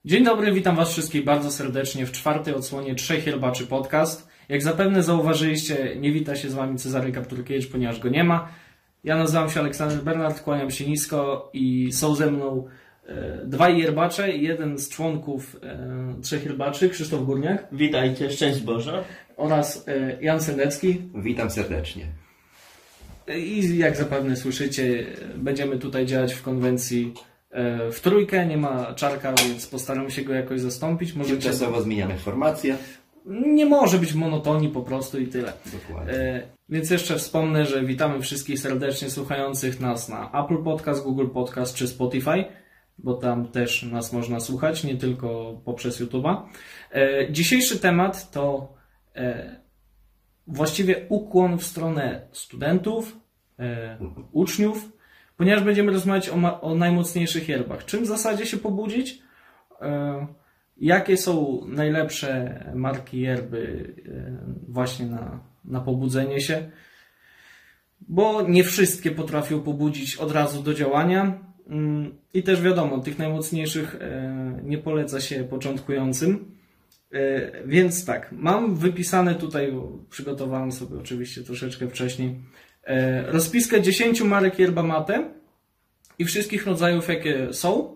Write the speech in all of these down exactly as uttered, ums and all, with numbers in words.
Dzień dobry, witam Was wszystkich bardzo serdecznie w czwartej odsłonie Trzech Herbaczy Podcast. Jak zapewne zauważyliście, nie wita się z Wami Cezary Kapturkiewicz, ponieważ go nie ma. Ja nazywam się Aleksander Bernard, kłaniam się nisko i są ze mną e, dwaj herbacze i jeden z członków e, Trzech Herbaczy, Krzysztof Górniak. Witajcie, szczęść Boże. Oraz e, Jan Sendecki. Witam serdecznie. I jak zapewne słyszycie, będziemy tutaj działać w konwencji w trójkę, nie ma Czarka, więc postaramy się go jakoś zastąpić. Możecie... Czasowo zmieniamy formację. Nie może być monotonii po prostu i tyle. Dokładnie. E, więc jeszcze wspomnę, że witamy wszystkich serdecznie słuchających nas na Apple Podcast, Google Podcast czy Spotify, bo tam też nas można słuchać, nie tylko poprzez YouTube'a. E, dzisiejszy temat to e, właściwie ukłon w stronę studentów, e, uczniów, ponieważ będziemy rozmawiać o, ma- o najmocniejszych herbach. Czym w zasadzie się pobudzić? E, jakie są najlepsze marki herby e, właśnie na, na pobudzenie się? Bo nie wszystkie potrafią pobudzić od razu do działania. Mm, I też wiadomo, tych najmocniejszych e, nie poleca się początkującym. E, więc tak, mam wypisane tutaj, przygotowałem sobie oczywiście troszeczkę wcześniej, rozpiskę dziesięciu marek yerba mate i wszystkich rodzajów, jakie są,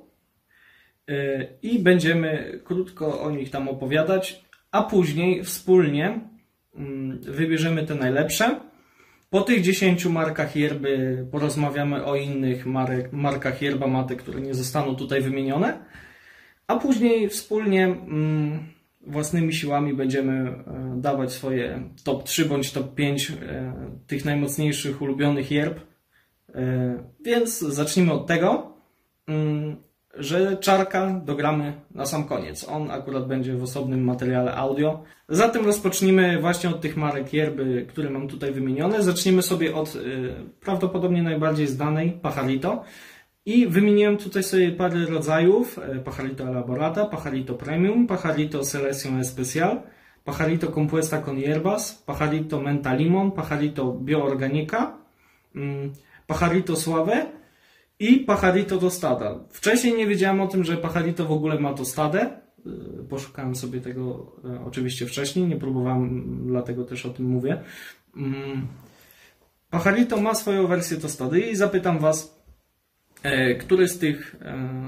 i będziemy krótko o nich tam opowiadać, a później wspólnie wybierzemy te najlepsze. Po tych dziesięciu markach yerby porozmawiamy o innych marek, markach yerba mate, które nie zostaną tutaj wymienione, a później wspólnie własnymi siłami będziemy dawać swoje top trzy bądź top pięć tych najmocniejszych, ulubionych yerb. Więc zacznijmy od tego, że Czarka dogramy na sam koniec. On akurat będzie w osobnym materiale audio. Zatem rozpocznijmy właśnie od tych marek yerby, które mam tutaj wymienione. Zaczniemy sobie od prawdopodobnie najbardziej znanej, Pajarito. I wymieniłem tutaj sobie parę rodzajów: Pajarito Elaborata, Pajarito Premium, Pajarito Selección Especial, Pajarito Compuesta con Hierbas, Pajarito Menta Limon, Pajarito Bioorganica, Pajarito Suave i Pajarito Tostada. Wcześniej nie wiedziałem o tym, że Pajarito w ogóle ma tostadę. Poszukałem sobie tego oczywiście wcześniej, nie próbowałem, dlatego też o tym mówię. Pajarito ma swoją wersję tostady i zapytam Was, który z tych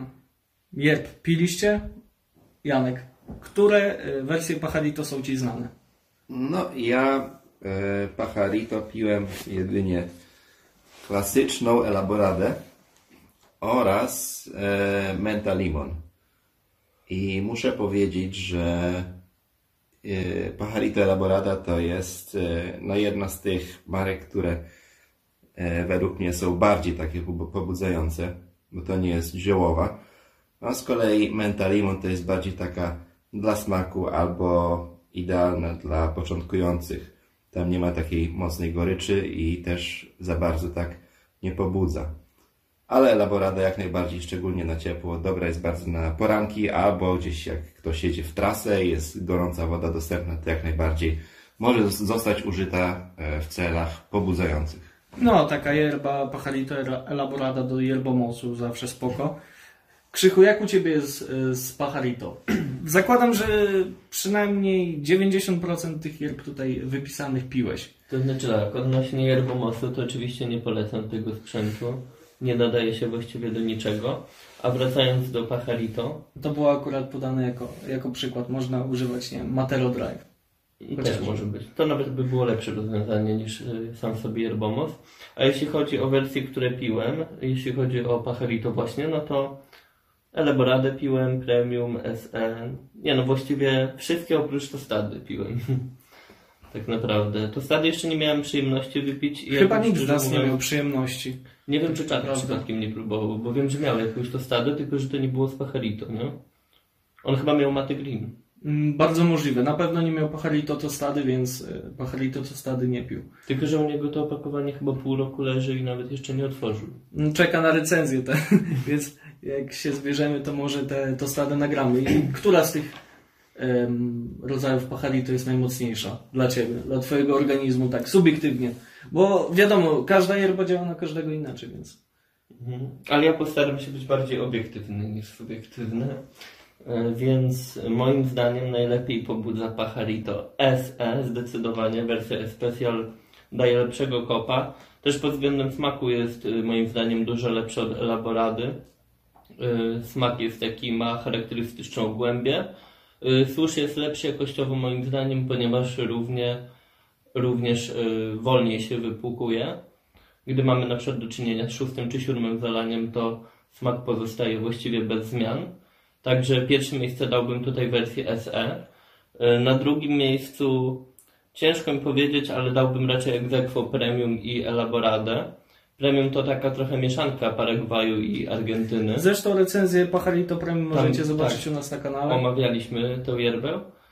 yerb piliście? Janek, które wersje Pajarito są Ci znane? No, ja e, Pajarito piłem jedynie klasyczną elaboradę oraz e, Menta Limon. I muszę powiedzieć, że e, Pajarito Elaborada to jest e, no, jedna z tych marek, które e, według mnie są bardziej takie pobudzające, bo to nie jest ziołowa. A z kolei Menta Limon to jest bardziej taka dla smaku albo idealna dla początkujących. Tam nie ma takiej mocnej goryczy i też za bardzo tak nie pobudza. Ale Elaborada jak najbardziej, szczególnie na ciepło, dobra jest bardzo na poranki albo gdzieś jak ktoś jedzie w trasę i jest gorąca woda dostępna, to jak najbardziej może zostać użyta w celach pobudzających. No, taka yerba Pajarito Elaborada do yerbomosu zawsze spoko. Krzychu, jak u Ciebie jest z Pajarito? Zakładam, że przynajmniej dziewięćdziesiąt procent tych yerb tutaj wypisanych piłeś. To znaczy tak, odnośnie yerbomosu to oczywiście nie polecam tego sprzętu. Nie nadaje się właściwie do niczego. A wracając do Pajarito... To było akurat podane jako, jako przykład. Można używać, nie wiem, Matero Drive. I też może być. To nawet by było lepsze rozwiązanie niż sam sobie yerbomos. A jeśli chodzi o wersje, które piłem, jeśli chodzi o Pajarito właśnie, no to Elaboradę piłem, Premium, S E. Nie no, właściwie wszystkie oprócz tostady piłem. Tak naprawdę. Tostady jeszcze nie miałem przyjemności wypić. I Chyba nikt z nas nie miał przyjemności. Nie wiem, czy Czarek przypadkiem nie próbował, bo wiem, że miał jakąś tostadę, tylko że to nie było z Pajarito, nie? On chyba miał Mate Green. Bardzo możliwe. Na pewno nie miał Pajarito tostady, więc Pajarito tostady nie pił. Tylko że u niego to opakowanie chyba pół roku leży i nawet jeszcze nie otworzył. Czeka na recenzję, te, więc jak się zbierzemy, to może te tostady nagramy. I która z tych um, rodzajów Pajarito jest najmocniejsza dla Ciebie, dla Twojego organizmu, tak subiektywnie? Bo wiadomo, każda yerba działa na każdego inaczej, więc... Mhm. Ale ja postaram się być bardziej obiektywny niż subiektywny. Więc moim zdaniem najlepiej pobudza Pajarito S E, zdecydowanie wersja Especial daje lepszego kopa. Też pod względem smaku jest moim zdaniem dużo lepszy od Elaborady. Smak jest taki, ma charakterystyczną głębię. Susz jest lepszy jakościowo moim zdaniem, ponieważ równie, również wolniej się wypłukuje. Gdy mamy na przykład do czynienia z szóstym czy siódmym zalaniem, to smak pozostaje właściwie bez zmian. Także pierwsze miejsce dałbym tutaj wersję S E. Na drugim miejscu ciężko mi powiedzieć, ale dałbym raczej ex aequo Premium i Elaboradę. Premium to taka trochę mieszanka Paragwaju i Argentyny. Zresztą recenzję Pajarito Premium Tam, możecie zobaczyć tak, u nas na kanale. Omawialiśmy tę yerbę.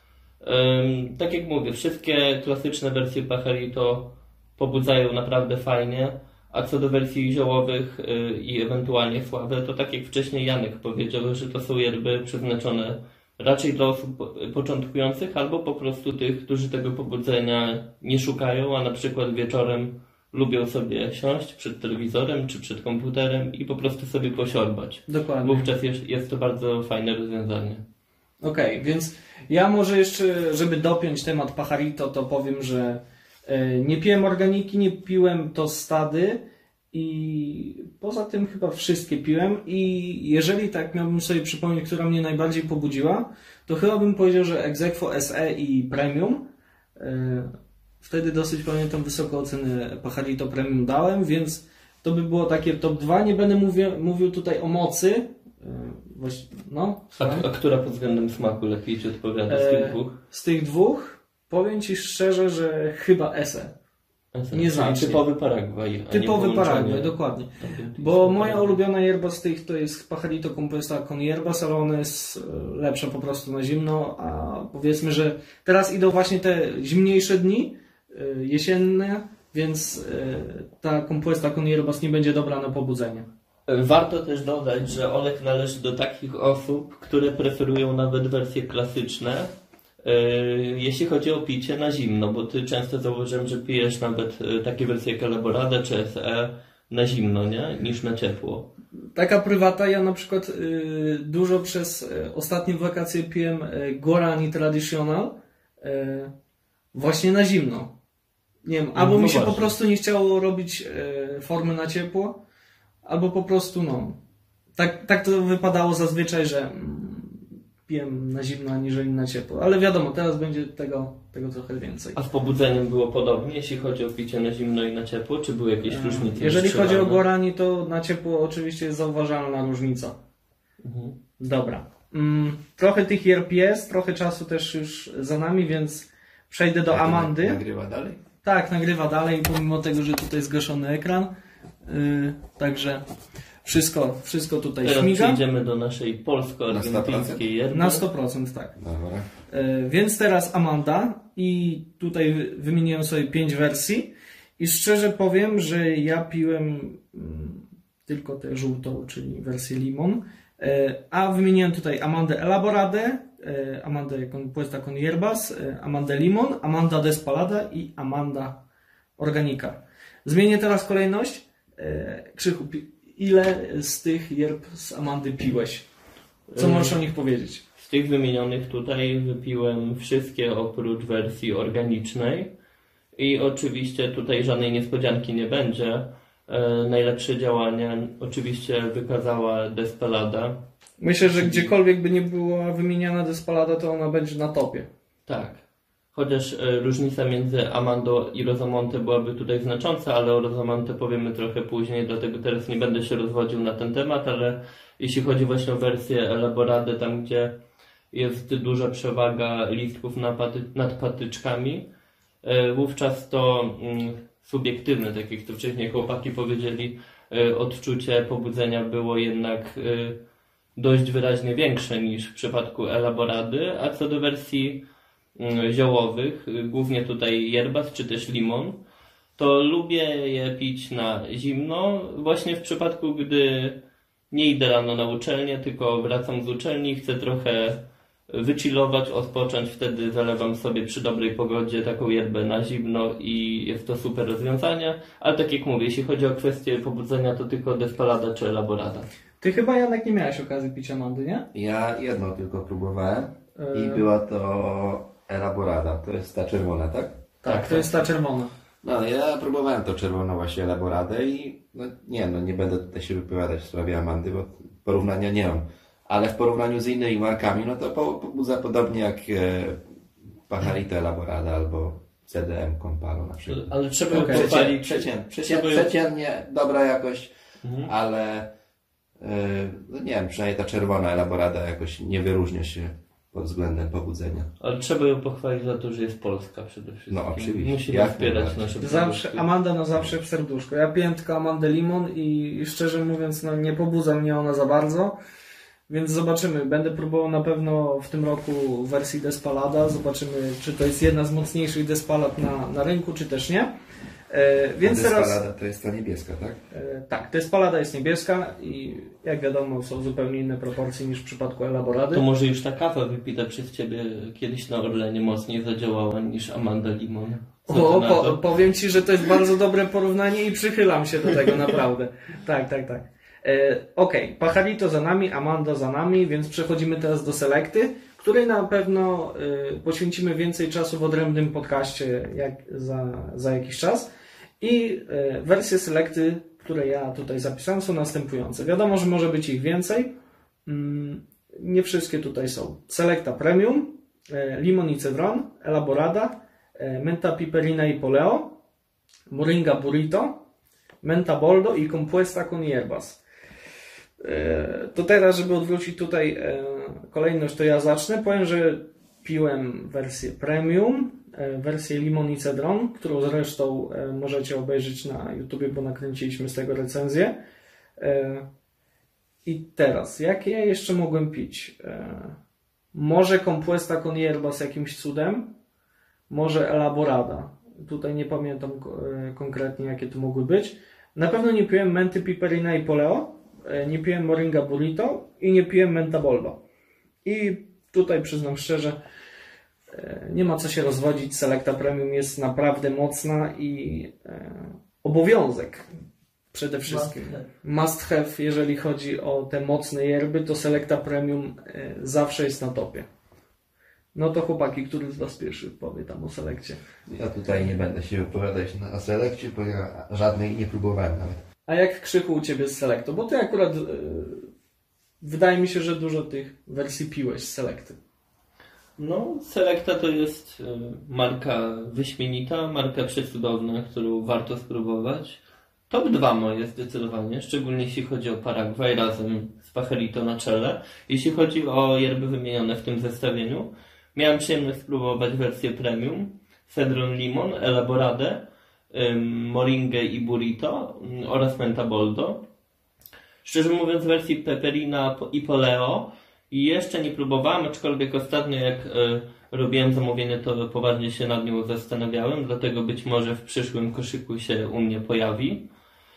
Um, tak jak mówię, wszystkie klasyczne wersje Pajarito pobudzają naprawdę fajnie. A co do wersji ziołowych yy, i ewentualnie słabe, to tak jak wcześniej Janek powiedział, że to są yerby przeznaczone raczej dla osób początkujących albo po prostu tych, którzy tego pobudzenia nie szukają, a na przykład wieczorem lubią sobie siąść przed telewizorem czy przed komputerem i po prostu sobie posiorbać. Dokładnie. Wówczas jest, jest to bardzo fajne rozwiązanie. Okej, okay, więc ja może jeszcze, żeby dopiąć temat Pajarito, to powiem, że nie piłem organiki, nie piłem tostady i poza tym chyba wszystkie piłem i jeżeli tak miałbym sobie przypomnieć, która mnie najbardziej pobudziła, to chyba bym powiedział, że ex aequo S E i Premium. Wtedy dosyć pamiętam wysoką ocenę Pajarito Premium dałem, więc to by było takie top dwa. Nie będę mówił, mówił tutaj o mocy. No, a, a która pod względem smaku lepiej Ci odpowiada z tych dwóch? Z tych dwóch powiem Ci szczerze, że chyba S E. Nieznacznie. Typowy Paragwaj. Typowy Paragwaj, dokładnie. Bo moja ulubiona yerba z tych to jest Pajarito Compuesta con Hierbas, ale ona jest lepsza po prostu na zimno, a powiedzmy, że teraz idą właśnie te zimniejsze dni, jesienne, więc ta Compuesta con Hierbas nie będzie dobra na pobudzenie. Warto też dodać, że Olek należy do takich osób, które preferują nawet wersje klasyczne, jeśli chodzi o picie na zimno, bo Ty często zauważyłem, że pijesz nawet takie wersje jak Elaborada czy S E na zimno, nie? Niż na ciepło. Taka prywata, ja na przykład y, dużo przez y, ostatnie wakacje piłem y, Guarani Traditional y, właśnie na zimno. Nie wiem, albo no mi się właśnie. po prostu nie chciało robić y, formy na ciepło, albo po prostu no, tak, tak to wypadało zazwyczaj, że mm, piłem na zimno aniżeli na ciepło. Ale wiadomo, teraz będzie tego, tego trochę więcej. A z pobudzeniem było podobnie, jeśli chodzi o picie na zimno i na ciepło? Czy były jakieś różnice? Jeżeli chodzi o Guarani, to na ciepło oczywiście jest zauważalna różnica. Mhm. Dobra. Mm, trochę tych yerb jest, trochę czasu też już za nami, więc przejdę do Amandy. Nagrywa dalej? Tak, nagrywa dalej, pomimo tego, że tutaj jest zgaszony ekran. Yy, także wszystko, wszystko tutaj Teraz śmiga. przejdziemy do naszej polsko-argentyńskiej yerby. Na sto procent tak. Dobra. Yy, więc teraz Amanda i tutaj wymieniłem sobie pięć wersji i szczerze powiem, że ja piłem mm, tylko tę żółtą, czyli wersję limon, yy, a wymieniłem tutaj Amandę Elaboradę, yy, Amandę Compuesta con Hierbas, yy, Amandę Limon, Amanda Despalada i Amanda Organica. Zmienię teraz kolejność. Krzychu, ile z tych yerb z Amandy piłeś? Co możesz o nich powiedzieć? Z tych wymienionych tutaj wypiłem wszystkie oprócz wersji organicznej i oczywiście tutaj żadnej niespodzianki nie będzie. Najlepsze działania oczywiście wykazała Despalada. Myślę, że gdziekolwiek by nie była wymieniana Despalada, to ona będzie na topie. Tak. Chociaż e, różnica między Amando i Rosamonte byłaby tutaj znacząca, ale o Rosamonte powiemy trochę później, dlatego teraz nie będę się rozwodził na ten temat, ale jeśli chodzi właśnie o wersję Elaboradę, tam gdzie jest duża przewaga listków na paty, nad patyczkami, e, wówczas to mm, subiektywne, tak jak to wcześniej chłopaki powiedzieli, e, odczucie pobudzenia było jednak e, dość wyraźnie większe niż w przypadku Elaborady, a co do wersji ziołowych, głównie tutaj yerbas czy też limon, to lubię je pić na zimno, właśnie w przypadku, gdy nie idę rano na uczelnię, tylko wracam z uczelni i chcę trochę wychillować, odpocząć, wtedy zalewam sobie przy dobrej pogodzie taką yerbę na zimno i jest to super rozwiązanie, ale tak jak mówię, jeśli chodzi o kwestię pobudzenia, to tylko Despalada czy Elaborada. Ty chyba, Janek, nie miałeś okazji pić Amandy, nie? Ja jedną tylko próbowałem i Yy. była to Elaborada. To jest ta czerwona, tak? Tak, Tak, to jest ta czerwona. No, ja próbowałem tą czerwoną właśnie Elaboradę i no nie, no nie będę tutaj się wypowiadać w sprawie Amandy, bo porównania nie mam. Ale w porównaniu z innymi markami, no to po- pobudza podobnie jak e, Pajarito Elaborada albo C D M Comparo na przykład. Ale trzeba Okej. pochwalić, Przeciętnie, przeciętnie, trzeba- przeciętnie dobra jakość, Mhm. ale e, no nie wiem, przynajmniej ta czerwona Elaborada jakoś nie wyróżnia się pod względem pobudzenia. Ale trzeba ją pochwalić za to, że jest Polska przede wszystkim. No, oczywiście. Musimy Jak wspierać najbardziej. nasze Zawsze, produkty. Amanda na zawsze w serduszko. Ja piję tylko Amandę Limon i szczerze mówiąc, no nie pobudza mnie ona za bardzo. Więc zobaczymy. Będę próbował na pewno w tym roku w wersji Despalada. Zobaczymy, czy to jest jedna z mocniejszych Despalad na, na rynku, czy też nie. E, więc teraz... Despalada to jest ta niebieska, tak? E, tak, Despalada jest niebieska i jak wiadomo są zupełnie inne proporcje niż w przypadku Elaborady. To może już ta kawa wypita przez Ciebie kiedyś na Orlenie mocniej zadziałała niż Amanda Limon. Co ty O, na po, to? powiem Ci, że to jest bardzo dobre porównanie i przychylam się do tego naprawdę. Tak, tak, tak. E, Okej, okay. Pajarito za nami, Amanda za nami, więc przechodzimy teraz do Selekty, której na pewno e, poświęcimy więcej czasu w odrębnym podcaście jak za, za jakiś czas. I e, wersje Selekty, które ja tutaj zapisałem, są następujące. Wiadomo, że może być ich więcej. Mm, nie wszystkie tutaj są. Selecta Premium, e, Limon i Cedron, Elaborada, e, Menta Piperina i Poleo, Moringa Burrito, Menta Boldo i Compuesta con Hierbas. E, to teraz, żeby odwrócić tutaj e, kolejność, to ja zacznę. Powiem, że piłem wersję Premium, e, wersję Limon i Cedron, którą zresztą e, możecie obejrzeć na YouTubie, bo nakręciliśmy z tego recenzję. E, I teraz, jakie ja jeszcze mogłem pić? E, może Compuesta con Hierbas jakimś cudem, może Elaborada. Tutaj nie pamiętam e, konkretnie, jakie to mogły być. Na pewno nie piłem Menty Piperina i Poleo, e, nie piłem Moringa Burrito i nie piłem Menta Boldo. I tutaj przyznam szczerze, e, nie ma co się rozwodzić. Selecta Premium jest naprawdę mocna i e, obowiązek przede wszystkim. Must have. Must have, jeżeli chodzi o te mocne yerby, to Selecta Premium e, zawsze jest na topie. No to chłopaki, który z Was pierwszy powie tam o Selekcie? Ja tutaj nie będę się wypowiadać na Selekcie, bo ja żadnej nie próbowałem nawet. A jak Krzyku u Ciebie z Selecto? Bo Ty akurat, yy, wydaje mi się, że dużo tych wersji piłeś z Selecty. No, Selecta to jest y, marka wyśmienita, marka przecudowna, którą warto spróbować. Top dwa moje zdecydowanie, szczególnie jeśli chodzi o Paraguay razem z Pajarito na czele. Jeśli chodzi o yerby wymienione w tym zestawieniu, miałem przyjemność spróbować wersję Premium, Cedron Limon, Elaboradę, ym, Moringę i Burrito ym, oraz Menta Boldo. Szczerze mówiąc, wersji Peperina i Poleo jeszcze nie próbowałem, aczkolwiek ostatnio jak y, robiłem zamówienie, to poważnie się nad nią zastanawiałem, dlatego być może w przyszłym koszyku się u mnie pojawi.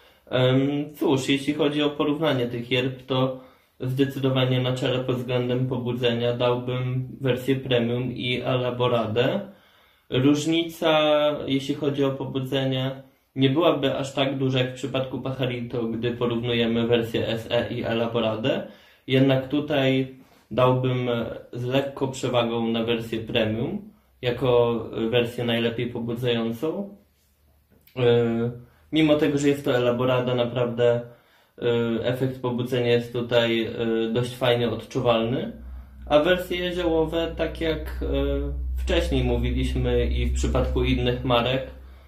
Ym, cóż, jeśli chodzi o porównanie tych yerb, to zdecydowanie na czele pod względem pobudzenia dałbym wersję Premium i Elaboradę. Różnica, jeśli chodzi o pobudzenie, nie byłaby aż tak duża jak w przypadku Pajarito, gdy porównujemy wersję S E i Elaboradę. Jednak tutaj dałbym z lekką przewagą na wersję Premium, jako wersję najlepiej pobudzającą. Yy, mimo tego, że jest to Elaborada, naprawdę yy, efekt pobudzenia jest tutaj yy, dość fajnie odczuwalny. A wersje ziołowe, tak jak yy, wcześniej mówiliśmy i w przypadku innych marek,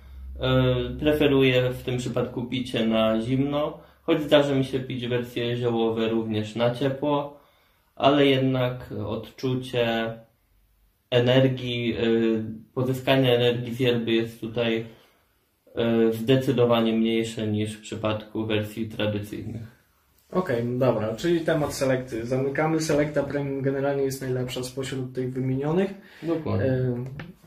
yy, preferuję w tym przypadku picie na zimno, choć zdarza mi się pić wersje ziołowe również na ciepło, ale jednak odczucie energii, yy, pozyskanie energii z yerby jest tutaj yy, zdecydowanie mniejsze niż w przypadku wersji tradycyjnych. Okej, okay, dobra, czyli temat Selecty zamykamy. Selecta Premium generalnie jest najlepsza spośród tych wymienionych. Dokładnie. E,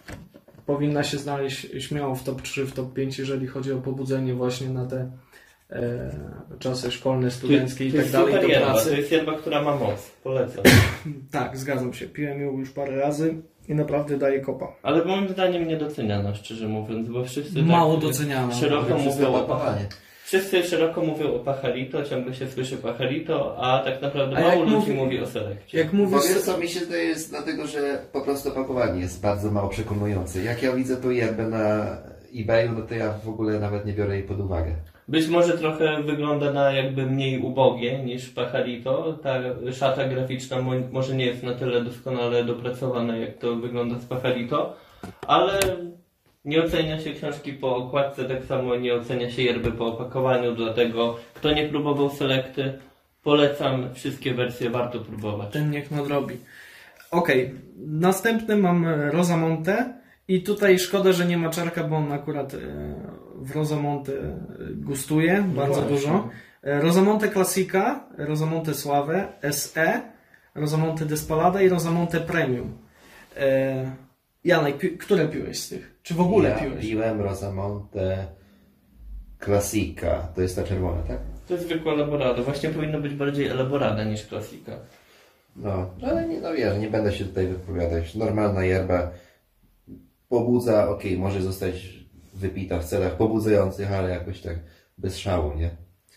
powinna się znaleźć śmiało w top trzy, w top pięć, jeżeli chodzi o pobudzenie właśnie na te e, czasy szkolne, studenckie i to tak jest dalej super do yerba, pracy. To jest yerba, która ma moc. Polecam. Tak, zgadzam się. Piłem ją już parę razy i naprawdę daje kopa. Ale moim zdaniem niedoceniana, szczerze mówiąc, bo wszyscy Mało tak doceniana. szeroko mówią o opakowanie. Wszyscy szeroko mówią o Pajarito, ciągle się słyszy Pajarito, a tak naprawdę A mało jak ludzi mówi- mówi o selekcie. Jak Bo mówisz, wiesz co, mi się zdaje, jest dlatego, że po prostu opakowanie jest bardzo mało przekonujące. Jak ja widzę tą yerbę na eBayu, no to ja w ogóle nawet nie biorę jej pod uwagę. Być może trochę wygląda na jakby mniej ubogie niż Pajarito. Ta szata graficzna mo- może nie jest na tyle doskonale dopracowana, jak to wygląda z Pajarito, ale nie ocenia się książki po okładce, tak samo nie ocenia się yerby po opakowaniu, dlatego kto nie próbował selekty, polecam wszystkie wersje, warto próbować. ten niech nadrobi. Okej, następny mam Rosamonte i tutaj szkoda, że nie ma czarka, bo on akurat e, w Rosamonte gustuje bardzo właśnie. dużo. E, Rosamonte Classica, Rosamonte Suave, S E, Rosamonte Despalada i Rosamonte Premium. E, Janek, pi- które piłeś z tych? Czy w ogóle ja piłeś? piłem Rosamonte Classica. To jest ta czerwona, tak? To jest zwykła elaborada. Właśnie powinno być bardziej elaborada niż klasika. No, ale nie, no wiesz, nie będę się tutaj wypowiadać. Normalna yerba pobudza, okej, może zostać wypita w celach pobudzających, ale jakoś tak bez szału, nie?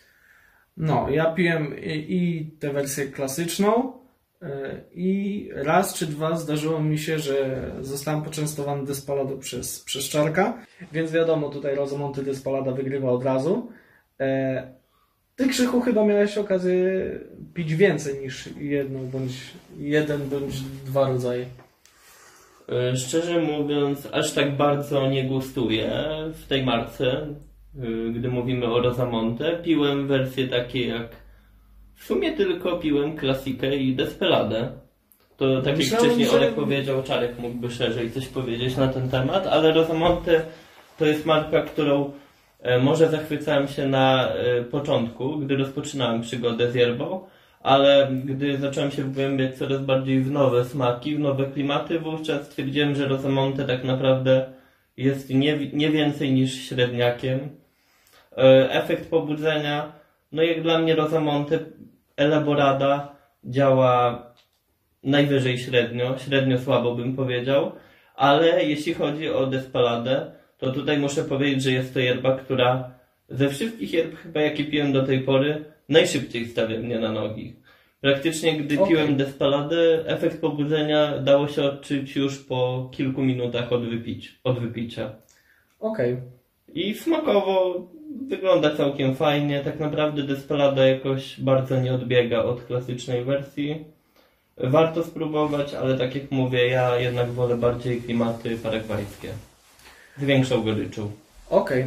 No, ja piłem i, i tę wersję klasyczną y, i raz czy dwa zdarzyło mi się, że zostałem poczęstowany Despalado przez, przez czarka, więc wiadomo, tutaj Rosamonte Despalada wygrywa od razu. E, Ty, Krzychu, chyba miałeś okazję pić więcej niż jedną, bądź jeden, bądź dwa rodzaje. E, Szczerze mówiąc, aż tak bardzo nie gustuję w tej marce, e, gdy mówimy o Rosamonte. Piłem wersje takie jak... W sumie tylko piłem klasikę i Despeladę. To tak jak Myślałem, wcześniej że- Olek powiedział, Czarek mógłby szerzej coś powiedzieć na ten temat, ale Rosamonte to jest marka, którą e, może zachwycałem się na e, początku, gdy rozpoczynałem przygodę z yerbą, ale gdy zacząłem się wgłębiać coraz bardziej w nowe smaki, w nowe klimaty, wówczas stwierdziłem, że Rosamonte tak naprawdę jest nie, nie więcej niż średniakiem. E, Efekt pobudzenia, no jak dla mnie Rosamonte Elaborada działa najwyżej średnio, średnio słabo bym powiedział, ale jeśli chodzi o Despaladę, to tutaj muszę powiedzieć, że jest to yerba, która ze wszystkich yerb chyba jakie piłem do tej pory, najszybciej stawia mnie na nogi. Praktycznie gdy Okej. piłem Despaladę, efekt pobudzenia dało się odczuć już po kilku minutach od, wypić, od wypicia. Okej. I smakowo wygląda całkiem fajnie. Tak naprawdę Despelada jakoś bardzo nie odbiega od klasycznej wersji. Warto spróbować, ale tak jak mówię, ja jednak wolę bardziej klimaty paragwajskie. Z większą goryczą. Okej.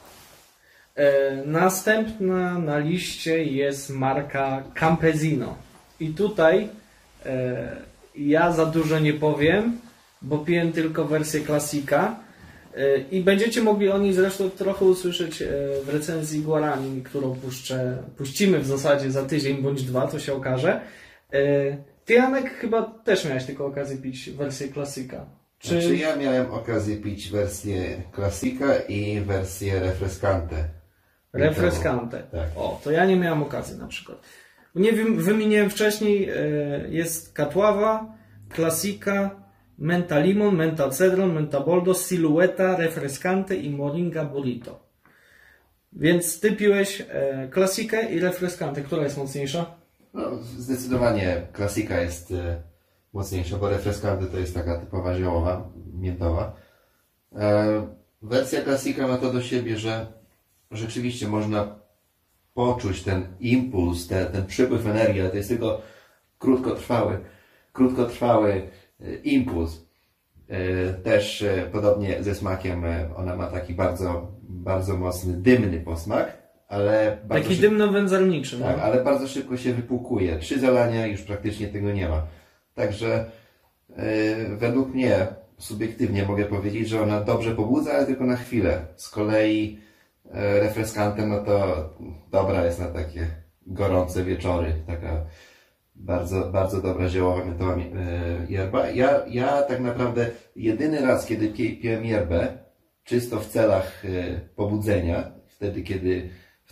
E, Następna na liście jest marka Campesino. I tutaj e, ja za dużo nie powiem, bo piłem tylko wersję klasika. E, I będziecie mogli o niej zresztą trochę usłyszeć e, w recenzji Guarani, którą puszczę, puścimy w zasadzie za tydzień bądź dwa, to się okaże. E, Ty, Janek, chyba też miałeś tylko okazję pić wersję klasyka. Czy... Znaczy ja miałem okazję pić wersję Classica i wersję Refrescante. Refrescante. Tak. O, to ja nie miałem okazji na przykład. Nie wiem, wymieniłem wcześniej, e, jest Catuaba, Classica, Menta Limon, Menta Cedron, Menta Boldo, Silueta, Refrescante i Moringa Burrito. Więc ty piłeś e, Classicę i Refrescante. Która jest mocniejsza? No, zdecydowanie Classica jest e, mocniejsza, bo Refrescante to jest taka typowa ziołowa, miętowa. E, wersja Classica ma to do siebie, że rzeczywiście można poczuć ten impuls, ten, ten przypływ energii, ale to jest tylko krótkotrwały, krótkotrwały e, impuls. E, też e, podobnie ze smakiem, e, ona ma taki bardzo, bardzo mocny, dymny posmak, ale bardzo Taki szyb- dymno-wędzarniczy. tak, no. ale bardzo szybko się wypłukuje. Trzy zalania już praktycznie tego nie ma. Także yy, według mnie, subiektywnie mogę powiedzieć, że ona dobrze pobudza, ale tylko na chwilę. Z kolei yy, Refrescante, no to dobra jest na takie gorące wieczory. Taka bardzo, bardzo dobra ziołowa, miętowa yy, yerba. Ja, ja tak naprawdę jedyny raz, kiedy pi, piłem yerbę, czysto w celach yy, pobudzenia, wtedy kiedy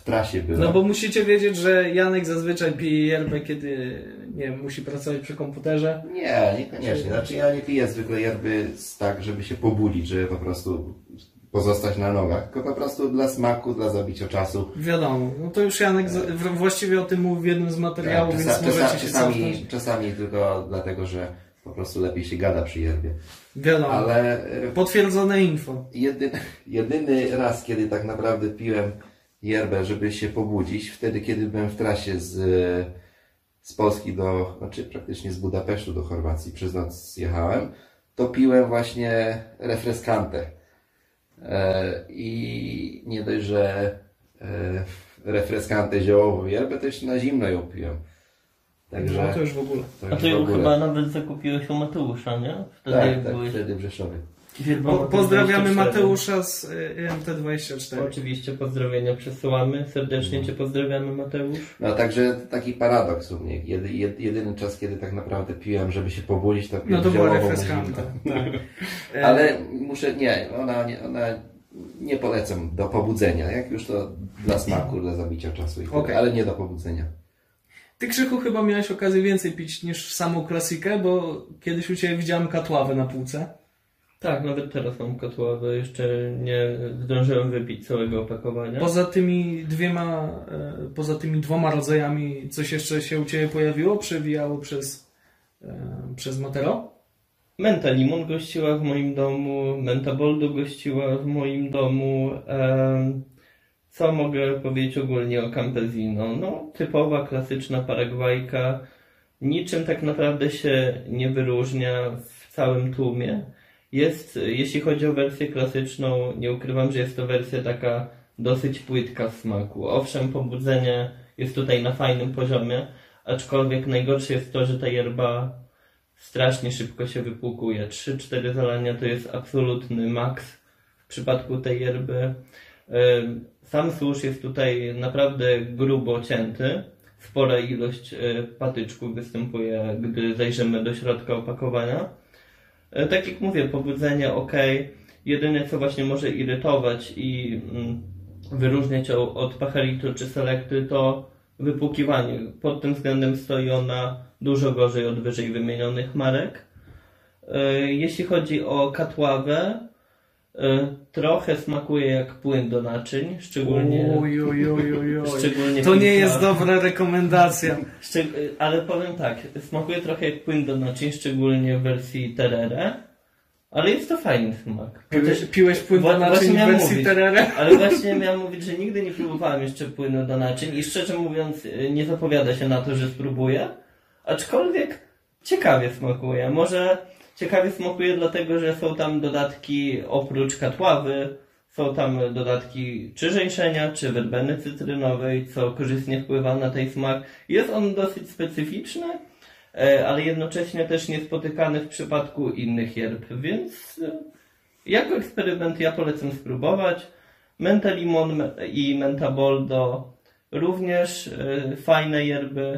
trasie było. No bo musicie wiedzieć, że Janek zazwyczaj pije yerbę, kiedy nie wiem, musi pracować przy komputerze. Nie, niekoniecznie. Znaczy ja nie piję zwykle yerby tak, żeby się pobudzić, żeby po prostu pozostać na nogach, tylko po prostu dla smaku, dla zabicia czasu. Wiadomo, no to już Janek z- w- właściwie o tym mówił w jednym z materiałów, Tak, więc czasa- możecie czasa- się czasami, cofnąć. czasami tylko dlatego, że po prostu lepiej się gada przy yerbie. Wiadomo, Ale e, potwierdzone info. jedyny, jedyny raz, kiedy tak naprawdę piłem yerbę, żeby się pobudzić, wtedy kiedy byłem w trasie z, z Polski do, znaczy praktycznie z Budapesztu do Chorwacji, przez noc jechałem, to piłem właśnie refrescante. E, I nie dość, że e, refrescante ziołową yerbę, to jeszcze na zimno ją piłem. Także No to już w ogóle. to A już ty w ją ogóle. chyba nawet zakupiłeś u Mateusza, nie? Wtedy Tak, jak tak, byłeś wtedy w Rzeszowie. Wielbłąd Po, pozdrawiamy dwadzieścia cztery. Mateusza z y, M T dwadzieścia cztery. Oczywiście pozdrowienia przesyłamy. Serdecznie Cię pozdrawiamy, Mateusz. No także taki paradoks u mnie. Jedy, jed, jedyny czas, kiedy tak naprawdę piłem, żeby się pobudzić, to piłem No to była ziołową na refrescanta. zimno. Tak. E, Ale muszę, nie, ona, nie, ona nie polecam do pobudzenia. Jak już to dla smaku, dla zabicia czasu i tyle, Okej. ale nie do pobudzenia. Ty, Krzychu, chyba miałeś okazję więcej pić niż samą klasykę, bo kiedyś u Ciebie widziałem katławę na półce. Tak, nawet teraz mam kotławę. Jeszcze nie zdążyłem wypić całego opakowania. Poza tymi dwiema, e, poza tymi dwoma rodzajami, coś jeszcze się u Ciebie pojawiło? Przewijało przez, e, przez Matero? Menta Limon gościła w moim domu, Menta Boldo gościła w moim domu. Em, Co mogę powiedzieć ogólnie o Campesino? No, typowa, klasyczna Paragwajka. Niczym tak naprawdę się nie wyróżnia w całym tłumie. Jest, jeśli chodzi o wersję klasyczną, nie ukrywam, że jest to wersja taka dosyć płytka w smaku. Owszem, pobudzenie jest tutaj na fajnym poziomie, aczkolwiek najgorsze jest to, że ta yerba strasznie szybko się wypłukuje. trzy cztery zalania to jest absolutny maks w przypadku tej yerby. Ym, Sam susz jest tutaj naprawdę grubo cięty. Spora ilość y, patyczków występuje, gdy zajrzymy do środka opakowania. Y, Tak jak mówię, pobudzenie ok. Jedyne co właśnie może irytować i mm, wyróżniać o- od Pajarito czy Selecty to wypłukiwanie. Pod tym względem stoi ona dużo gorzej od wyżej wymienionych marek. Y, Jeśli chodzi o katławę, y, trochę smakuje jak płyn do naczyń, szczególnie... Oj, oj, oj, oj, oj. Szczególnie To nie kilka- jest dobra rekomendacja. Szczeg- ale powiem tak, smakuje trochę jak płyn do naczyń, szczególnie w wersji Terere, ale jest to fajny smak. Piłeś, piłeś płyn do Wła- naczyń właśnie w miałem wersji mówić. Terere? Ale właśnie miałem mówić, że nigdy nie próbowałem jeszcze płynu do naczyń i szczerze mówiąc y, nie zapowiada się na to, że spróbuję, aczkolwiek ciekawie smakuje. Może ciekawie smakuje dlatego, że są tam dodatki oprócz katławy, są tam dodatki czy żeńszenia, czy werbeny cytrynowej, co korzystnie wpływa na ten smak. Jest on dosyć specyficzny, e, ale jednocześnie też niespotykany w przypadku innych yerb, więc e, jako eksperyment ja polecam spróbować. Menta Limon i Menta Boldo również e, fajne yerby,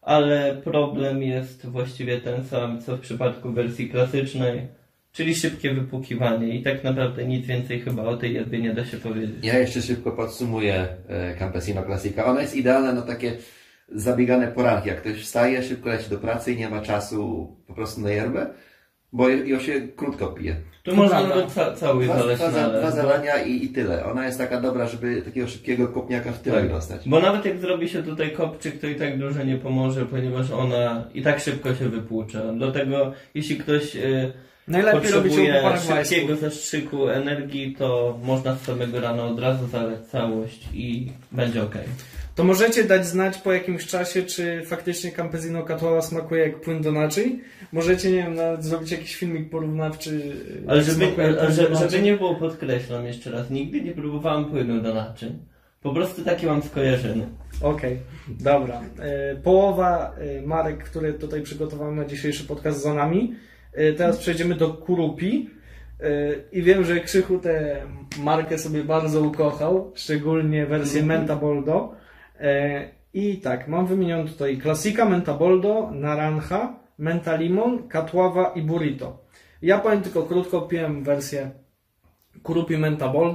ale problem jest właściwie ten sam, co w przypadku wersji klasycznej, czyli szybkie wypłukiwanie i tak naprawdę nic więcej chyba o tej yerbie nie da się powiedzieć. Ja jeszcze szybko podsumuję e, Campesino Classica. Ona jest idealna na takie zabiegane poranki. Jak ktoś wstaje, szybko leci do pracy i nie ma czasu po prostu na yerbę, bo ją się krótko pije. Tu To można prawda. nawet ca- cały Dwa, zaleć dwa, za- nalać, dwa bo- zadania i, i tyle. Ona jest taka dobra, żeby takiego szybkiego kopniaka w tyłek Tak. dostać. Bo nawet jak zrobi się tutaj kopczyk, to i tak dużo nie pomoże, ponieważ ona i tak szybko się wypłucza. Dlatego jeśli ktoś y, Najlepiej robić ją po potrzebuje paragwajsku. szybkiego zastrzyku energii, to można z samego rana od razu zaleć całość i będzie ok. To możecie dać znać po jakimś czasie, czy faktycznie Campesino Katława smakuje jak płyn do naczyń. Możecie, nie wiem, nawet zrobić jakiś filmik porównawczy. Ale jak żeby, smakuje ale płyn żeby, do żeby naczyń. nie było, podkreślam jeszcze raz, nigdy nie próbowałem płynu do naczyń. Po prostu takie mam skojarzenie. Okej, dobra. E, Połowa e, marek, które tutaj przygotowałem na dzisiejszy podcast za nami. E, Teraz przejdziemy do Kurupi. E, I wiem, że Krzychu tę markę sobie bardzo ukochał, szczególnie wersję Menta Boldo. E, I tak, mam wymienione tutaj Classica, Menta Boldo, Naranja, Menta Limon, Katława i Burrito. Ja powiem tylko krótko, piłem wersję Kurupi Menta Boldo.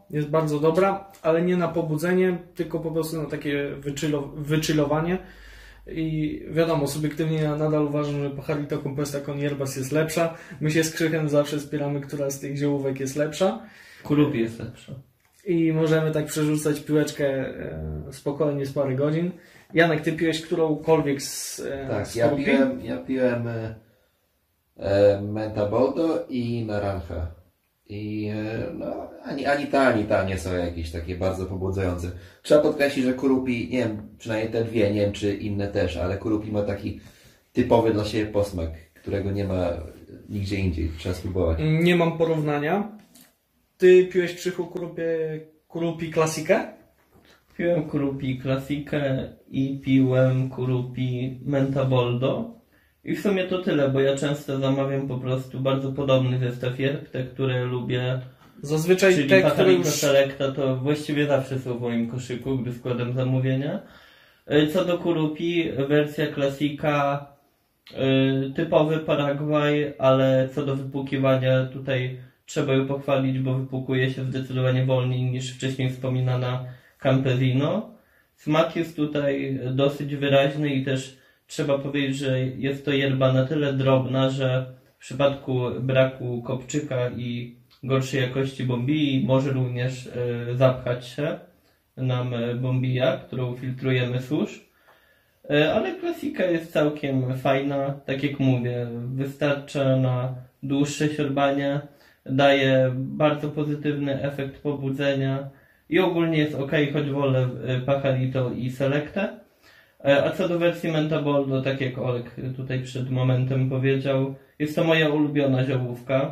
jest bardzo dobra, ale nie na pobudzenie, tylko po prostu na takie wychillo- wychillowanie. I wiadomo, subiektywnie ja nadal uważam, że Pajarito Compuesta con Hierbas jest lepsza. My się z Krzychem zawsze spieramy, która z tych ziołówek jest lepsza. Kurupi jest lepsza. I możemy tak przerzucać piłeczkę e, spokojnie z parę godzin. Janek, ty piłeś którąkolwiek z e, Tak, z ja Kurupi? piłem, ja piłem e, e, Mentaboldo i Naranja. I e, no, ani, ani ta, ani ta nie są jakieś takie bardzo pobudzające. Trzeba podkreślić, że Kurupi, nie wiem, przynajmniej te dwie, nie wiem czy inne też, ale Kurupi ma taki typowy dla siebie posmak, którego nie ma nigdzie indziej. Trzeba spróbować. Nie mam porównania. Ty piłeś, Krzychu, Kurupie, Kurupi klasikę? Piłem Kurupi klasikę i piłem Kurupi Mentaboldo. I w sumie to tyle, bo ja często zamawiam po prostu bardzo podobny zestaw yerb, te, które lubię. Zazwyczaj Czyli te, które Pajarito już... Selecta to właściwie zawsze są w moim koszyku, gdy składam zamówienia. Co do Kurupi, wersja klasika, yy, typowy Paragwaj, ale co do wypłukiwania tutaj trzeba ją pochwalić, bo wypłukuje się zdecydowanie wolniej niż wcześniej wspominana Campesino. Smak jest tutaj dosyć wyraźny i też trzeba powiedzieć, że jest to yerba na tyle drobna, że w przypadku braku kopczyka i gorszej jakości bombii może również y, zapchać się nam bombija, którą filtrujemy susz. Y, ale klasika jest całkiem fajna, tak jak mówię, wystarcza na dłuższe siorbanie, daje bardzo pozytywny efekt pobudzenia i ogólnie jest ok, choć wolę Pajarito i Selectę. A co do wersji Mentaboldo, tak jak Olek tutaj przed momentem powiedział, jest to moja ulubiona ziołówka.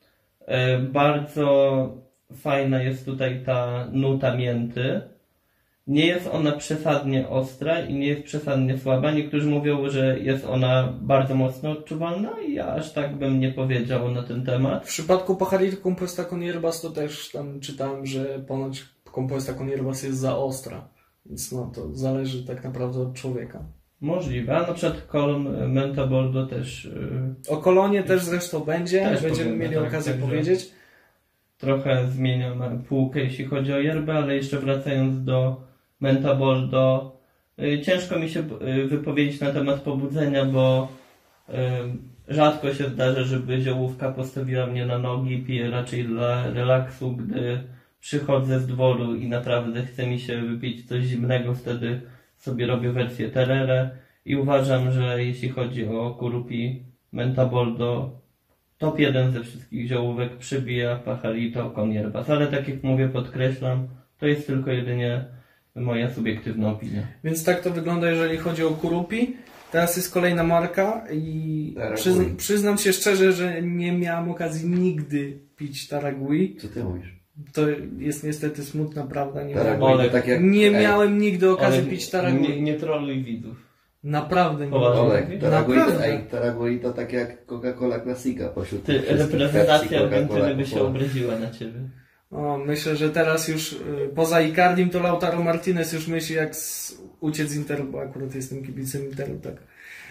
Bardzo fajna jest tutaj ta nuta mięty. Nie jest ona przesadnie ostra i nie jest przesadnie słaba. Niektórzy mówią, że jest ona bardzo mocno odczuwalna i ja aż tak bym nie powiedział na ten temat. W przypadku Pajarito Compuesta con Hierbas to też tam czytałem, że ponoć Compuesta con Hierbas jest za ostra. Więc no to zależy tak naprawdę od człowieka. Możliwe, a na przykład Colon Mentaboldo też... O Kolonie też zresztą będzie, Też będziemy powiem, mieli tak, okazję także powiedzieć. Trochę zmieniam półkę, jeśli chodzi o yerbę, ale jeszcze wracając do Mentaboldo, yy, ciężko mi się yy, wypowiedzieć na temat pobudzenia, bo yy, rzadko się zdarza, żeby ziołówka postawiła mnie na nogi, piję raczej dla relaksu, gdy przychodzę z dworu i naprawdę chce mi się wypić coś zimnego, wtedy sobie robię wersję terere i uważam, że jeśli chodzi o Kurupi Mentaboldo, top jeden ze wszystkich ziołówek przybija Pajarito con Hierbas, ale tak jak mówię, podkreślam, to jest tylko jedynie moja subiektywna opinia. Więc tak to wygląda, jeżeli chodzi o Kurupi. Teraz jest kolejna marka i przyzna, przyznam się szczerze, że nie miałem okazji nigdy pić Taragui. Co ty mówisz? To jest niestety smutna prawda. Nie, Taragui, miałem, Olek, tak jak, nie ej, miałem nigdy okazji Ale pić Taragui. Nie, nie troluj widzów. Naprawdę nie Poważnie. miałem. Olek, Taragui, to, Naprawdę. ej, Taragui to tak jak Coca-Cola Classica pośród Ty, tych wszystkich reprezentacja Pepsi, Coca-Cola, Argentyny by się Coca-Cola. obraziła na ciebie. O, myślę, że teraz już y, poza Icardim to Lautaro Martinez już myśli jak z, uciec z Interu, bo akurat jestem kibicem Interu, tak.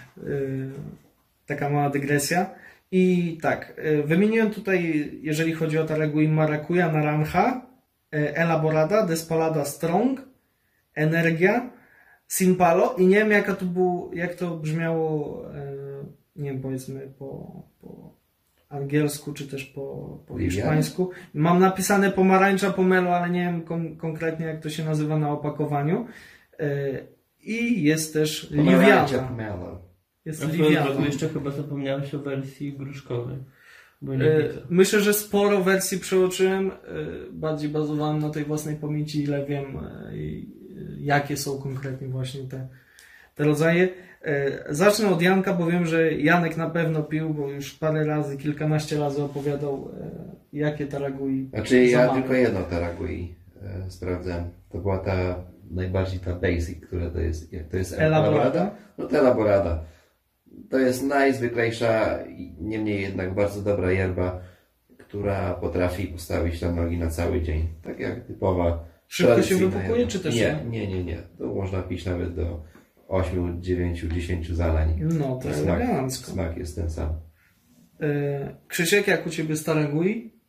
Y, taka mała dygresja. I tak, y, wymieniłem tutaj, jeżeli chodzi o Taragui, Maracuja, Naranja, y, Elaborada, Despalada Strong, Energia, Simpalo i nie wiem jaka to był, jak to brzmiało, y, nie wiem, powiedzmy po, po angielsku, czy też po, po Livian? hiszpańsku. Mam napisane pomarańcza pomelo, ale nie wiem kon- konkretnie jak to się nazywa na opakowaniu. Yy, I jest też Pomarańcza Liviana. pomelo. Jest A swoją Liviana. drogą jeszcze chyba zapomniałeś o wersji gruszkowej. Bo nie Yy, widzę. Myślę, że sporo wersji przeoczyłem. Yy, bardziej bazowałem na tej własnej pamięci, ile wiem, yy, yy, jakie są konkretnie właśnie te, te rodzaje. Zacznę od Janka, bo wiem, że Janek na pewno pił, bo już parę razy, kilkanaście razy opowiadał, jakie Taragui Znaczy ja zamawiał. tylko jedno Taragui e, sprawdzałem. To była ta najbardziej ta basic, która to jest, jak to jest Elaborada? No to Elaborada. To jest najzwyklejsza, niemniej jednak bardzo dobra yerba, która potrafi postawić na nogi na cały dzień. Tak jak typowa. Szybko się tradycyjna wypukuje, yerba. czy też nie? Nie, nie, nie. To można pić nawet do ośmiu, dziewięciu, dziesięciu zalań. No to smak, elegancko. smak jest ten sam. Krzysiek, jak u Ciebie z Taragui?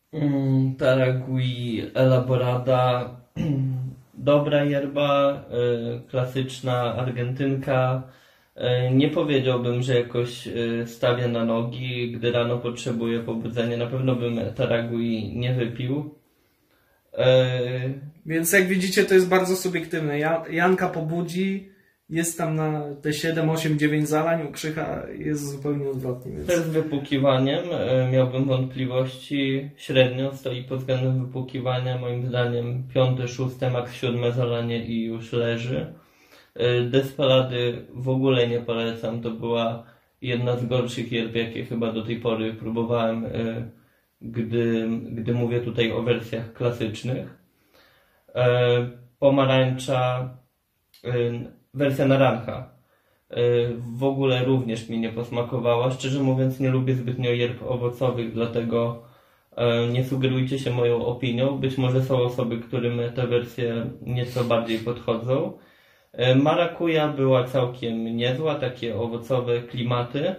Mm, Taragui Elaborada, dobra yerba, y, klasyczna Argentynka. Y, nie powiedziałbym, że jakoś y, stawia na nogi, gdy rano potrzebuje pobudzenia. Na pewno bym Taragui nie wypił. Y, Więc jak widzicie, to jest bardzo subiektywne. Ja, Janka pobudzi, jest tam na te siedem, osiem, dziewięć zalań, u Krzycha jest zupełnie odwrotnie. Więc... z wypłukiwaniem y, miałbym wątpliwości. Średnio stoi pod względem wypłukiwania. Moim zdaniem piąte, szóste, max siódme zalanie i już leży. Y, Despalady w ogóle nie polecam. To była jedna z gorszych yerb, jakie chyba do tej pory próbowałem, y, gdy, gdy mówię tutaj o wersjach klasycznych. Y, Pomarańcza, y, wersja Naranja. W ogóle również mi nie posmakowała. Szczerze mówiąc, nie lubię zbytnio yerb owocowych, dlatego nie sugerujcie się moją opinią. Być może są osoby, którym te wersje nieco bardziej podchodzą. Marakuja była całkiem niezła, takie owocowe klimaty.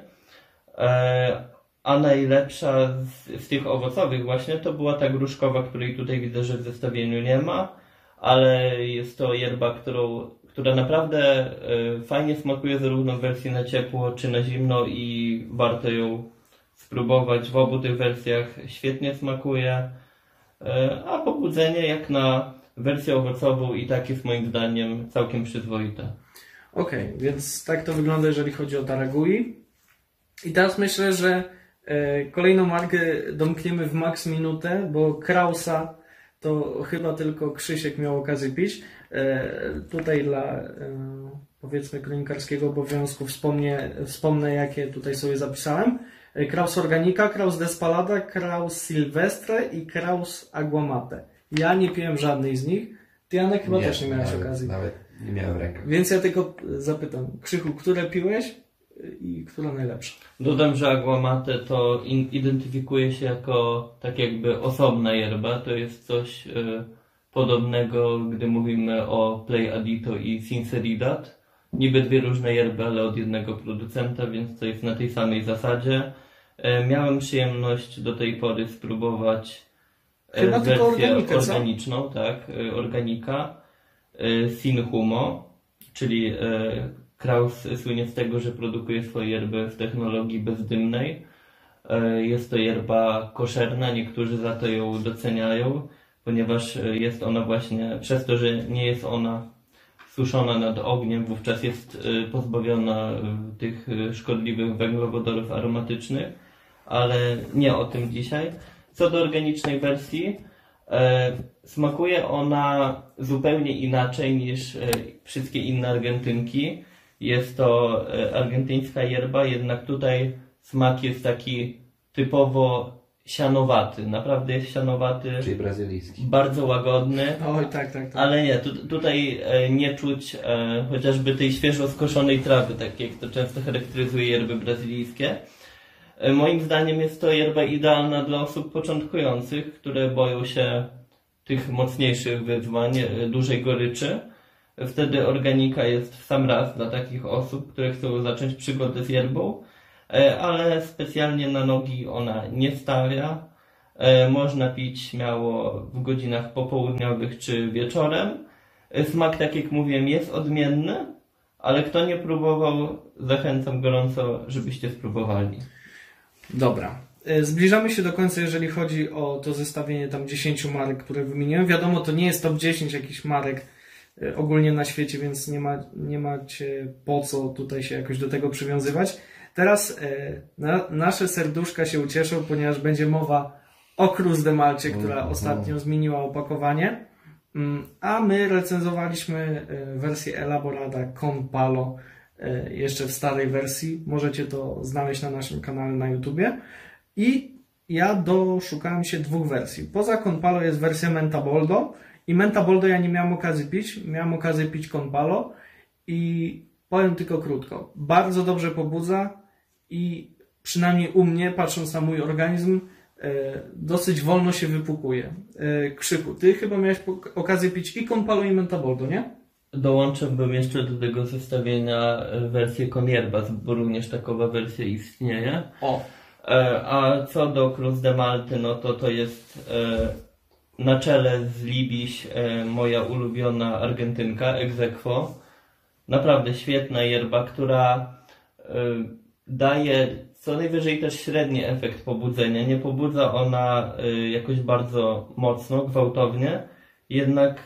A najlepsza z, z tych owocowych właśnie to była ta gruszkowa, której tutaj widzę, że w zestawieniu nie ma, ale jest to yerba, którą która naprawdę y, fajnie smakuje zarówno w wersji na ciepło czy na zimno i warto ją spróbować. W obu tych wersjach świetnie smakuje, y, a pobudzenie jak na wersję owocową i tak jest moim zdaniem całkiem przyzwoite. Okej, okay, więc tak to wygląda, jeżeli chodzi o Taragui. I teraz myślę, że y, kolejną markę domkniemy w max minutę, bo Krausa to chyba tylko Krzysiek miał okazję pić. Tutaj dla, powiedzmy, kronikarskiego obowiązku wspomnę, wspomnę, jakie tutaj sobie zapisałem. Kraus Organica, Kraus Despalada, Kraus Silvestre i Kraus Aguamate. Ja nie piłem żadnej z nich. Ty, Janek, chyba nie, też nie miałeś nawet, okazji. Nawet nie miałem ręki. Więc ja tylko zapytam, Krzychu, które piłeś i która najlepsza? Dodam, że Aguamate to in, identyfikuje się jako tak jakby osobna yerba. To jest coś y, podobnego, gdy mówimy o Play Adito i Sinceridad. Niby dwie różne yerby, ale od jednego producenta, więc to jest na tej samej zasadzie. Y, miałem przyjemność do tej pory spróbować y, Chyba wersję organikę, organiczną, co? tak, y, Organika, y, Sin Humo, czyli y, Kraus słynie z tego, że produkuje swoje yerby w technologii bezdymnej. Jest to yerba koszerna, niektórzy za to ją doceniają, ponieważ jest ona właśnie, przez to, że nie jest ona suszona nad ogniem, wówczas jest pozbawiona tych szkodliwych węglowodorów aromatycznych, ale nie o tym dzisiaj. Co do organicznej wersji, smakuje ona zupełnie inaczej niż wszystkie inne Argentynki. Jest to argentyńska yerba, jednak tutaj smak jest taki typowo sianowaty. Naprawdę jest sianowaty. Czyli brazylijski. Bardzo łagodny. Oj, tak, tak, tak. Ale nie, tu, tutaj nie czuć e, chociażby tej świeżo skoszonej trawy, tak jak to często charakteryzuje yerby brazylijskie. E, moim zdaniem jest to yerba idealna dla osób początkujących, które boją się tych mocniejszych wyzwań, e, dużej goryczy. Wtedy Organika jest w sam raz dla takich osób, które chcą zacząć przygodę z yerbą, ale specjalnie na nogi ona nie stawia. Można pić śmiało w godzinach popołudniowych czy wieczorem. Smak, tak jak mówiłem, jest odmienny, ale kto nie próbował, zachęcam gorąco, żebyście spróbowali. Dobra. Zbliżamy się do końca, jeżeli chodzi o to zestawienie tam dziesięciu marek, które wymieniłem. Wiadomo, to nie jest top dziesięć jakichś marek ogólnie na świecie, więc nie, ma, nie macie po co tutaj się jakoś do tego przywiązywać. Teraz e, na, nasze serduszka się ucieszą, ponieważ będzie mowa o Cruz de Malcie, która uh-huh. ostatnio zmieniła opakowanie, mm, a my recenzowaliśmy wersję Elaborada Con Palo e, jeszcze w starej wersji. Możecie to znaleźć na naszym kanale na YouTubie. I ja doszukałem się dwóch wersji. Poza Con Palo jest wersja Menta Boldo. I Menta Boldo ja nie miałem okazji pić, miałem okazję pić Con Palo i powiem tylko krótko. Bardzo dobrze pobudza i przynajmniej u mnie, patrząc na mój organizm, dosyć wolno się wypłukuje. Krzyku, ty chyba miałeś okazję pić i Con Palo i Menta Boldo, nie? Dołączyłbym jeszcze do tego zestawienia wersję Con Hierbas, bo również takowa wersja istnieje. O. A co do Cruz de Malty, no to to jest na czele z Libiś moja ulubiona Argentynka, ex aequo. Naprawdę świetna yerba, która daje co najwyżej też średni efekt pobudzenia. Nie pobudza ona jakoś bardzo mocno, gwałtownie, jednak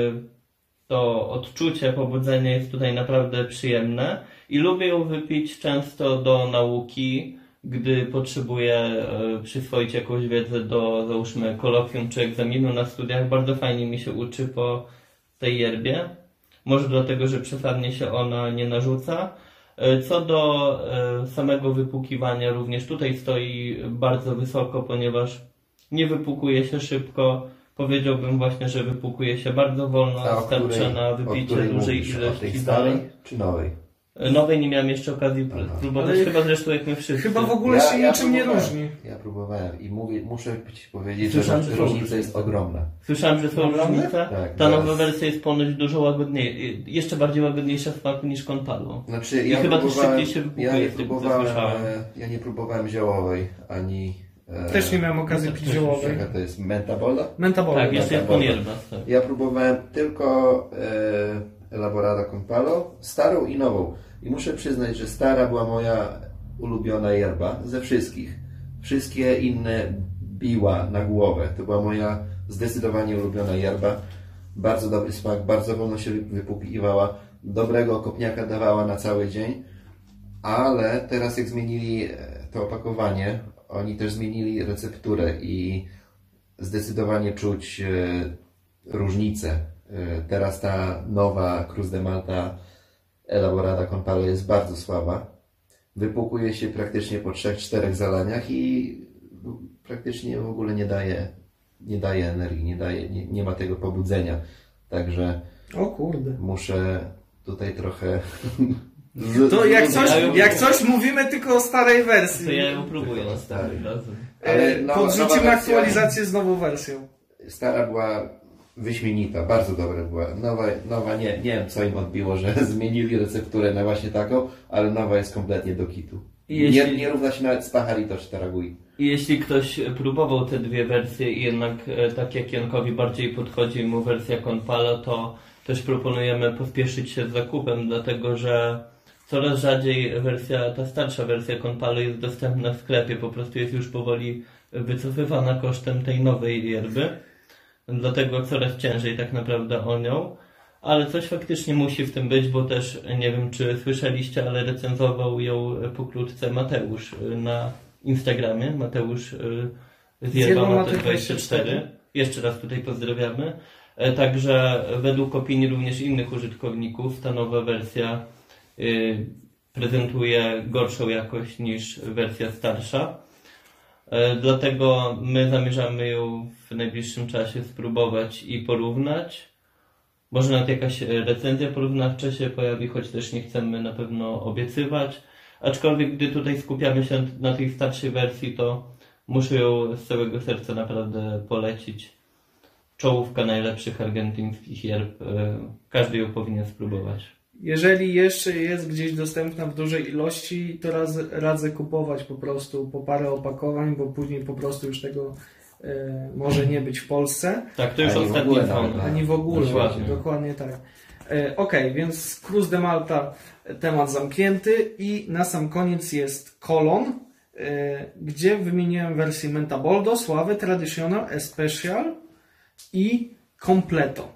to odczucie pobudzenia jest tutaj naprawdę przyjemne i lubię ją wypić często do nauki, gdy potrzebuję przyswoić jakąś wiedzę do, załóżmy, kolokwium czy egzaminu na studiach. Bardzo fajnie mi się uczy po tej yerbie. Może dlatego, że przesadnie się ona nie narzuca. Co do samego wypłukiwania, również tutaj stoi bardzo wysoko, ponieważ nie wypłukuje się szybko. Powiedziałbym właśnie, że wypłukuje się bardzo wolno, starczy na wypicie dużej ilości starej czy nowej? Nowej nie miałem jeszcze okazji próbować, chyba zresztą jak my wszyscy. Chyba w ogóle ja, się ja niczym nie różni. Ja próbowałem i mówię, muszę ci powiedzieć, Słyszałem, że że różnica jest ogromna. Słyszałem, że są różnice. Tak, Ta nowa teraz... wersja jest ponoć dużo łagodniejsza, jeszcze bardziej łagodniejsza w smaku niż Conpalo. Znaczy, I ja chyba też szybciej się ja wypłukuje, nie z tego co próbowałem, słyszałem. ja nie próbowałem ziołowej, ani... E, Też nie miałem okazji pić ziołowej. Jaka to jest? Mentabola? Mentabola. Tak, jeszcze jest ponierba. Tak. Ja próbowałem tylko e, Elaborada Conpalo, starą i nową. I muszę przyznać, że stara była moja ulubiona yerba ze wszystkich. Wszystkie inne biła na głowę. To była moja zdecydowanie ulubiona yerba. Bardzo dobry smak, bardzo wolno się wypłukiwała. Dobrego kopniaka dawała na cały dzień. Ale teraz jak zmienili to opakowanie, oni też zmienili recepturę i zdecydowanie czuć e, różnicę. E, teraz ta nowa Cruz de Malta Elaborada Conpalo jest bardzo słaba. Wypłukuje się praktycznie po trzech czterech zalaniach i praktycznie w ogóle nie daje, nie daje energii, nie, daje, nie, nie ma tego pobudzenia. Także o kurde. muszę tutaj trochę... To jak coś, jak coś mówimy tylko o starej wersji. To ja ją próbuję na stary. Ale no, podrzucimy aktualizację z nową wersją. Stara była wyśmienita, bardzo dobra była. Nowa, nowa nie, nie wiem co im odbiło, że zmienili recepturę na właśnie taką, ale nowa jest kompletnie do kitu. Jeśli... Nie, nie równa się nawet z Pajarito czy Taragui. I jeśli ktoś próbował te dwie wersje i jednak tak jak Jankowi bardziej podchodzi mu wersja Conpalo, to też proponujemy pospieszyć się z zakupem, dlatego że coraz rzadziej wersja, ta starsza wersja Conpalo jest dostępna w sklepie, po prostu jest już powoli wycofywana kosztem tej nowej yerby. Dlatego coraz ciężej tak naprawdę o nią. Ale coś faktycznie musi w tym być, bo też nie wiem czy słyszeliście, ale recenzował ją pokrótce Mateusz na Instagramie. Mateusz z Yerba Mate dwadzieścia cztery. Jeszcze raz tutaj pozdrawiamy. Także według opinii również innych użytkowników ta nowa wersja prezentuje gorszą jakość niż wersja starsza. Dlatego my zamierzamy ją w najbliższym czasie spróbować i porównać. Może nawet jakaś recenzja porównawcza się pojawi, choć też nie chcemy na pewno obiecywać. Aczkolwiek gdy tutaj skupiamy się na tej starszej wersji, to muszę ją z całego serca naprawdę polecić. Czołówka najlepszych argentyńskich yerb. Każdy ją powinien spróbować. Jeżeli jeszcze jest gdzieś dostępna w dużej ilości, to raz, radzę kupować po prostu po parę opakowań, bo później po prostu już tego e, może nie być w Polsce. Tak, to już Ani ostatni dzwon. Ani w ogóle, Dokładnie, dokładnie tak. E, ok, więc Cruz de Malta temat zamknięty i na sam koniec jest Colon, e, gdzie wymieniłem wersję Mentaboldo, Suave, Tradicional, Especial i Completo.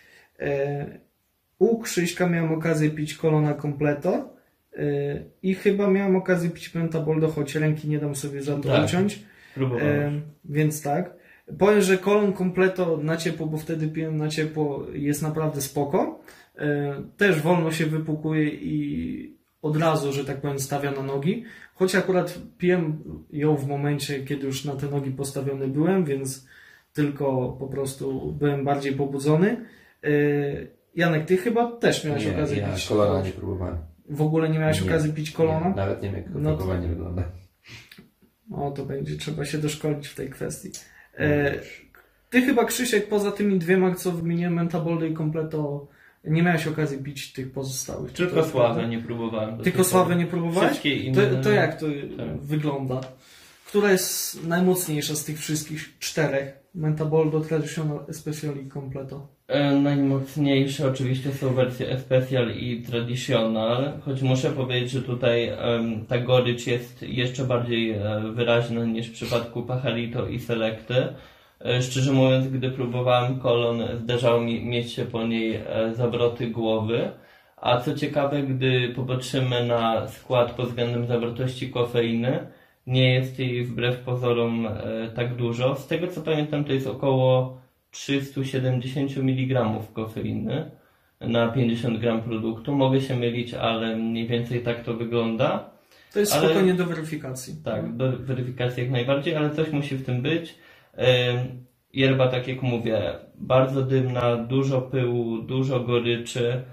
E, U Krzyśka miałem okazję pić Colona Completo yy, i chyba miałem okazję pić Mentaboldo, choć ręki nie dam sobie za to tak, uciąć. Yy, więc tak. Powiem, że Colon Completo na ciepło, bo wtedy piłem na ciepło, jest naprawdę spoko. Yy, też wolno się wypłukuje i od razu, że tak powiem, stawia na nogi. Choć akurat piłem ją w momencie, kiedy już na te nogi postawiony byłem, więc tylko po prostu byłem bardziej pobudzony. Yy, Janek, ty chyba też miałeś nie, okazję ja pić. Colona nie próbowałem. W ogóle nie miałeś nie, okazji pić Colona? Nie, nawet nie wiem, jak No to- opakowanie wygląda. O, to będzie trzeba się doszkolić w tej kwestii. E, ty chyba, Krzysiek, poza tymi dwiema, co wymieniłem, Mentaboldo i Completo, nie miałeś okazji pić tych pozostałych. Czy Tylko to- Sławę nie próbowałem. do Tylko tej Sławę pory. nie próbowałeś? Wszystkie To, inne... to jak to tak. wygląda? która jest najmocniejsza z tych wszystkich czterech? Mentaboldo, Traditional, Especial i Completo. E, najmocniejsze oczywiście są wersje Especial i Traditional, choć muszę powiedzieć, że tutaj e, ta gorycz jest jeszcze bardziej e, wyraźna niż w przypadku Pajarito i Selecty. E, szczerze mówiąc, gdy próbowałem Kolon, zdarzało mi mieć się po niej e, zawroty głowy. A co ciekawe, gdy popatrzymy na skład pod względem zawartości kofeiny, nie jest jej wbrew pozorom e, tak dużo. Z tego co pamiętam, to jest około trzysta siedemdziesiąt miligramów kofeiny na pięćdziesiąt gram produktu. Mogę się mylić, ale mniej więcej tak to wygląda. To jest ale, spokojnie do weryfikacji. Tak, do weryfikacji jak najbardziej, ale coś musi w tym być. E, yerba, tak jak mówię, bardzo dymna, dużo pyłu, dużo goryczy.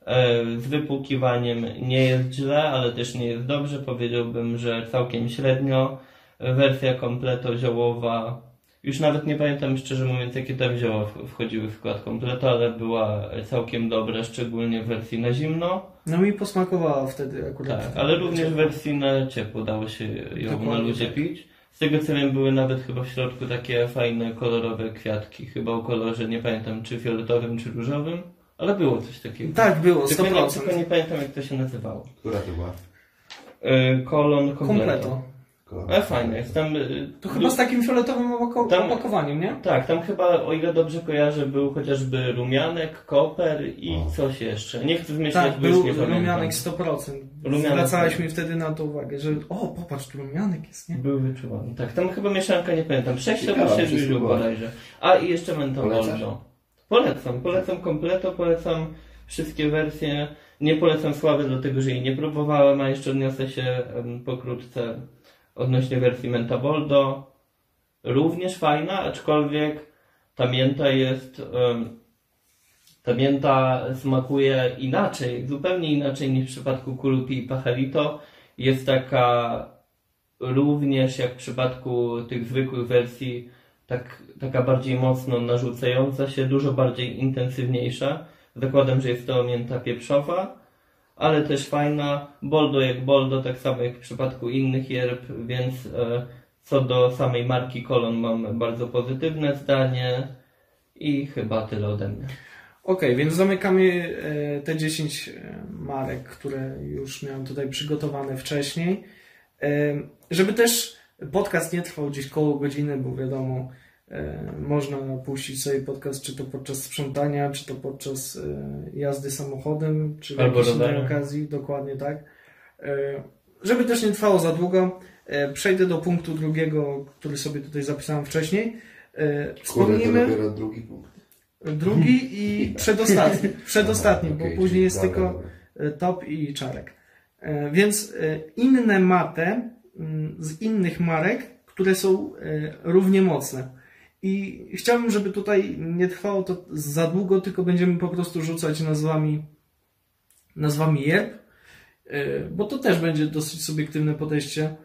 Z wypłukiwaniem nie jest źle, ale też nie jest dobrze. Powiedziałbym, że całkiem średnio. Wersja kompleto ziołowa, już nawet nie pamiętam szczerze mówiąc, jakie tam zioła wchodziły w skład kompleto, ale była całkiem dobra, szczególnie w wersji na zimno. No mi posmakowała wtedy akurat. Tak, ale również w wersji na ciepło dało się ją Dokładnie na luzie tak. pić. Z tego co wiem, były nawet chyba w środku takie fajne, kolorowe kwiatki. Chyba o kolorze, nie pamiętam, czy fioletowym, czy różowym. Ale było coś takiego. Tak, było, sto procent. Tylko nie, tylko nie pamiętam, jak to się nazywało. Która to była? Yy, kolon kompleto. Kompleto. Ale fajne jest. Tam, yy, to chyba z takim fioletowym opako- tam, opakowaniem, nie? Tak, tam chyba, o ile dobrze kojarzę, był chociażby rumianek, koper i o. coś jeszcze. Nie chcę zmyślać, tak, bo już był nie pamiętam. rumianek sto procent. Rumianek Zwracałeś mi wtedy na to uwagę, że o, popatrz, tu rumianek jest, nie? Był wyczuwany. Tak, tam chyba mieszanka, nie pamiętam. sześć albo siedem lub bodajże. A i jeszcze Mentoboldo. Polecam, polecam kompleto, polecam wszystkie wersje. Nie polecam Sławy, dlatego że jej nie próbowałem, a jeszcze odniosę się um, pokrótce odnośnie wersji Mentaboldo. Również fajna, aczkolwiek ta mięta jest... Um, ta mięta smakuje inaczej, zupełnie inaczej niż w przypadku Kulupi i Pajarito. Jest taka również jak w przypadku tych zwykłych wersji, tak, taka bardziej mocno narzucająca się, dużo bardziej intensywniejsza. Zakładam, że jest to mięta pieprzowa, ale też fajna. Boldo jak boldo, tak samo jak w przypadku innych yerb, więc e, co do samej marki Kolon mam bardzo pozytywne zdanie i chyba tyle ode mnie. Okej, okay, więc zamykamy e, te dziesięć marek, które już miałem tutaj przygotowane wcześniej. E, żeby też podcast nie trwał gdzieś koło godziny, bo wiadomo, E, można puścić sobie podcast, czy to podczas sprzątania, czy to podczas e, jazdy samochodem, czy w Albo jakiejś innej rowerem. okazji, dokładnie tak. E, żeby też nie trwało za długo, e, przejdę do punktu drugiego, który sobie tutaj zapisałem wcześniej. E, wspomnimy dopiero drugi punkt. Drugi i przedostatni, przedostatni, okay, bo później jest dobra, tylko dobra. top i czarek. E, więc e, inne mate m, z innych marek, które są e, równie mocne. I chciałbym, żeby tutaj nie trwało to za długo, tylko będziemy po prostu rzucać nazwami, nazwami yerb, bo to też będzie dosyć subiektywne podejście.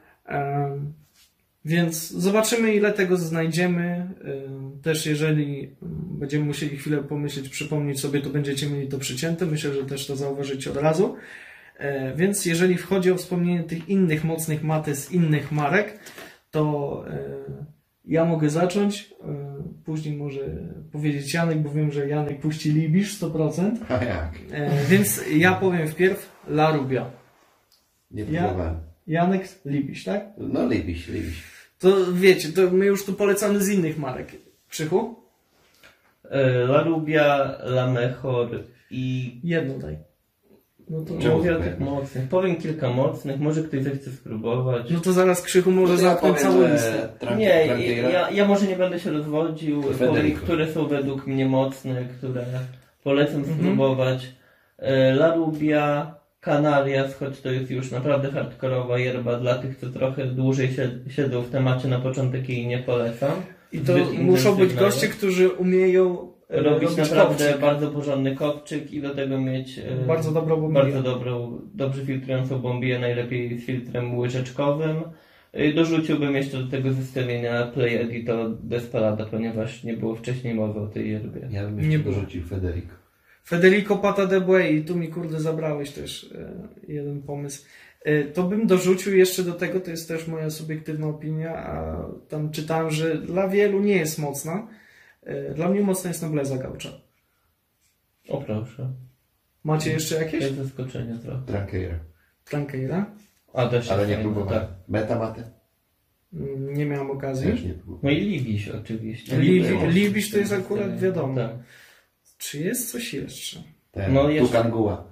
Więc zobaczymy, ile tego znajdziemy. Też jeżeli będziemy musieli chwilę pomyśleć, przypomnieć sobie, to będziecie mieli to przycięte. Myślę, że też to zauważycie od razu. Więc jeżeli wchodzi o wspomnienie tych innych mocnych maty z innych marek, to ja mogę zacząć, później może powiedzieć Janek, bo wiem, że Janek puści Libisz sto procent. A jak? Więc ja powiem wpierw La Rubia. Nie ja, próbowałem. Janek Libisz, tak? No Libisz, Libisz. To wiecie, to my już tu polecamy z innych marek. Krzychu? La Rubia, La Mejor i... Jedno daj. No to mówię o tych mocnych. Powiem kilka mocnych, może ktoś zechce spróbować. No to zaraz Krzychu może no zamknąć całą listę. Nie, ja, ja może nie będę się rozwodził. Powiem, które są według mnie mocne, które polecam mhm. spróbować. La Rubia, Canarias, choć to jest już naprawdę hardkorowa yerba dla tych, co trochę dłużej siedzą w temacie, na początek jej nie polecam. I to muszą być goście, którzy umieją robić, robić naprawdę kopczyk. bardzo porządny kopczyk i do tego mieć bardzo dobrą bombiję. Bardzo dobrą, dobrze filtrującą bombiję, najlepiej z filtrem łyżeczkowym. Dorzuciłbym jeszcze do tego zestawienia Play Edito Desperada, ponieważ nie było wcześniej mowy o tej yerbie. Ja bym jeszcze nie dorzucił Federico. Federico Pata de Buey, i tu mi kurde zabrałeś też e, jeden pomysł. E, to bym dorzucił jeszcze do tego, to jest też moja subiektywna opinia, a tam czytałem, że dla wielu nie jest mocna. E, dla mnie mocna jest Nobleza Gaucha. O proszę. Macie jeszcze To jakieś? jest zaskoczenie trochę. Tranqueira. Tranqueira? A też Ale jest nie fajne, próbowałem. tak. Metamate? Mm, Nie miałem okazji. Też nie No próbowałem. i Libiś oczywiście. Libi- Libiś- Libiś to jest akurat wiadomo. Tak. Czy jest coś jeszcze? Ten, No jeszcze- Tukanguła.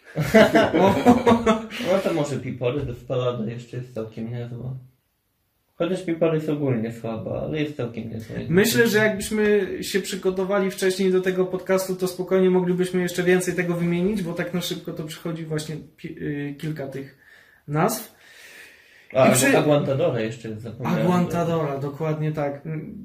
No to może Pipory do Spalada jeszcze jest całkiem niezła. Chociaż Pipory jest ogólnie słaba, ale jest całkiem niezła. Myślę, że jakbyśmy się przygotowali wcześniej do tego podcastu, to spokojnie moglibyśmy jeszcze więcej tego wymienić, bo tak na szybko to przychodzi właśnie pi- y, kilka tych nazw. A, I przy- Aguantadora jeszcze jest zapomniałem. Aguantadora, dokładnie tak.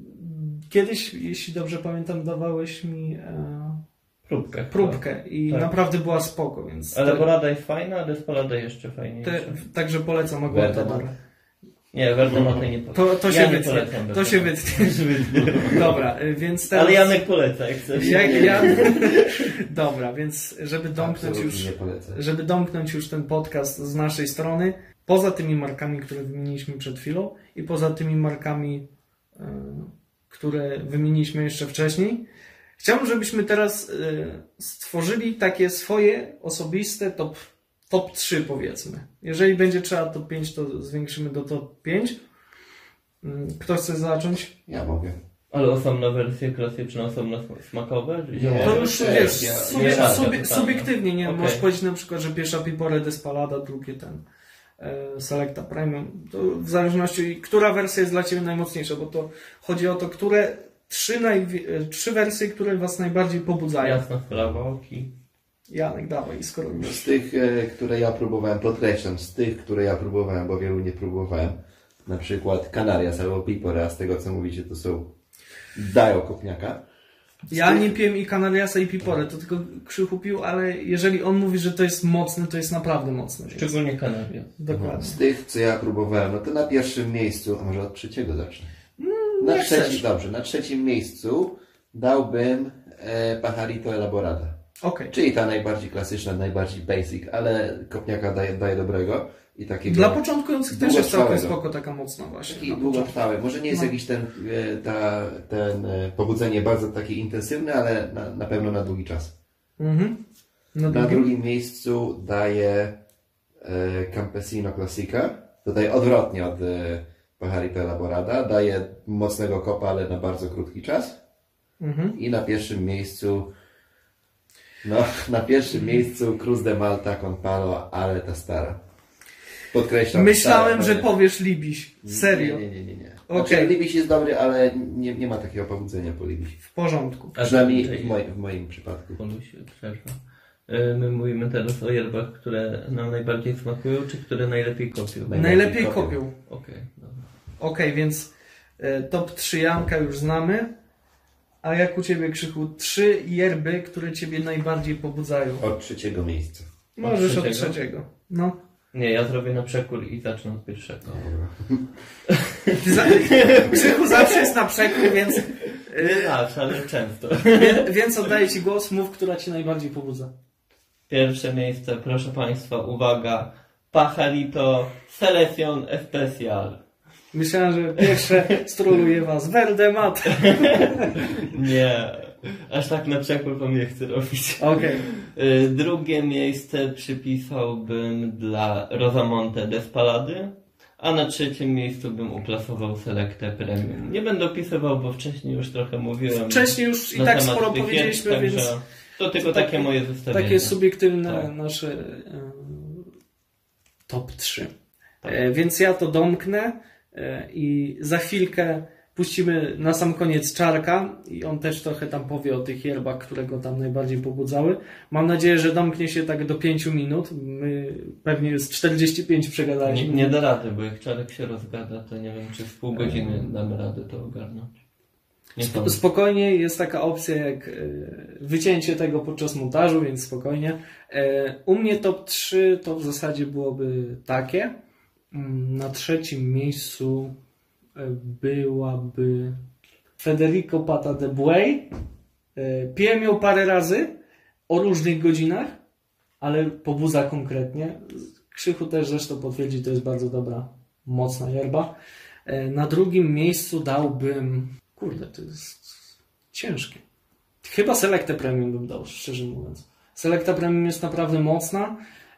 Kiedyś, jeśli dobrze pamiętam, dawałeś mi e, Próbkę. próbkę i Tak. naprawdę była spoko, więc te, Elaborada jest fajna, a Despalada jeszcze fajniejsza. te, także polecam Aguantadora. Nie, Verdematę nie polecam. To, to się ja nie wytnie. polecam. To się wytnie. Dobra, y, więc teraz... Ale Janek poleca, jak chcesz. Jak ja... Dobra, więc żeby domknąć Absolutnie już... nie polecam. Żeby domknąć już ten podcast z naszej strony, poza tymi markami, które wymieniliśmy przed chwilą i poza tymi markami, y, które wymieniliśmy jeszcze wcześniej, chciałbym, żebyśmy teraz y, stworzyli takie swoje osobiste top, top trzy, powiedzmy. Jeżeli będzie trzeba top pięć, to zwiększymy do top pięć. Y, Kto chce zacząć? Ja mogę. Ale osobne wersje klasyczne, osobno smakowe? Czy Nie. To już też, wiesz, ja- subie, nie radzę subie, totalnie. subiektywnie, nie? Okej. Możesz powiedzieć na przykład, że pierwsza Pipore Despalada, drugie ten e, Selecta Premium. To w zależności, która wersja jest dla Ciebie najmocniejsza, bo to chodzi o to, które trzy, najwi- e, trzy wersje, które Was najbardziej pobudzają. Jasna sprawa, oki. Janek, dawaj, skoro No już. z tych, e, które ja próbowałem, podkreślam, z tych, które ja próbowałem, bo wielu nie próbowałem, na przykład Canarias albo Pipore, a z tego co mówicie, to są dają kopniaka. Z Ja tych- nie piłem i Canariasa i Pipore, to tylko Krzychu pił, ale jeżeli on mówi, że to jest mocne, to jest naprawdę mocne. Więc... Szczególnie Kanarias. Dokładnie. Z tych, co ja próbowałem, no to na pierwszym miejscu, a może od trzeciego zacznę. Na jak trzecim, chcesz. dobrze, na trzecim miejscu dałbym e, Pajarito Elaborada. Okej. Czyli ta najbardziej klasyczna, najbardziej basic, ale kopniaka daje, daje dobrego i takiego. Dla początkujących też jest całkiem długotrwałego. spoko, taka mocna właśnie. Taki na początku. długotrwały. Może nie jest No. jakiś ten, e, ta, ten e, pobudzenie bardzo taki intensywny, ale na, na pewno na długi czas. Mhm. Na Na drugim? drugim miejscu daję e, Campesino Classica. Tutaj odwrotnie od e, Pajarito Elaborada. Daję mocnego kopa, ale na bardzo krótki czas. Mhm. I na pierwszym miejscu no, na pierwszym miejscu Cruz de Malta con Palo, ale ta stara. Podkreślam. Myślałem, stara, że bo nie- powiesz Libiś. Serio. Nie, nie, nie, nie. nie. Okej. Znaczy, Libiś jest dobry, ale nie, nie ma takiego pobudzenia po Libiś. W porządku. A Przynajmniej to- w, moj, w moim przypadku. Polusie, przerwa. E, My mówimy teraz o yerbach, które nam najbardziej smakują, czy które najlepiej kopią? Najlepiej Najlepiej kopią. kopią. Okej, dobra. Okej, więc e, top trzy Janka już znamy. A jak u Ciebie, Krzychu, trzy yerby, które Ciebie najbardziej pobudzają? Od trzeciego miejsca. Możesz od trzeciego? trzeciego. No. Nie, ja zrobię na przekór i zacznę od pierwszego. Dobra. Ty za, Krzychu zawsze jest na przekór, więc, Nie zawsze, ale często. więc, więc oddaję Ci głos. Mów, która Cię najbardziej pobudza. Pierwsze miejsce, proszę Państwa, uwaga. Pajarito Selección Especial. Myślałem, że pierwsze stroluje Was Verdemat. Nie, aż tak na przekór wam nie chcę robić. Okej. Y, Drugie miejsce przypisałbym dla Rosamonte Despalady, a na trzecim miejscu bym uplasował Selectę Premium. Nie będę opisywał, bo wcześniej już trochę mówiłem. Wcześniej już i na tak temat sporo tych powiedzieliśmy, gier, więc także to tylko takie- takie moje zestawienie. takie subiektywne Tak. nasze e, top trzy. Tak. E, więc ja to domknę e, i za chwilkę puścimy na sam koniec Czarka i on też trochę tam powie o tych yerbach, które go tam najbardziej pobudzały. Mam nadzieję, że domknie się tak do pięciu minut. My pewnie już czterdzieści pięć Nie, przegadaliśmy. nie da rady, bo jak Czarek się rozgada, to nie wiem, czy w pół godziny damy radę to ogarnąć. Nie Sp- sądzę. Spokojnie, jest taka opcja jak e, wycięcie tego podczas montażu, więc spokojnie. E, U mnie top trzy to w zasadzie byłoby takie. Mm, Na trzecim miejscu e, byłaby Federico Pata de Buey. E, Piłem ją parę razy. o różnych godzinach, ale pobudza konkretnie. Krzychu też zresztą potwierdzi, to jest bardzo dobra, mocna yerba. Na drugim miejscu dałbym... Kurde, to jest ciężkie. Chyba Selectę Premium bym dał, szczerze mówiąc. Selecta Premium jest naprawdę mocna.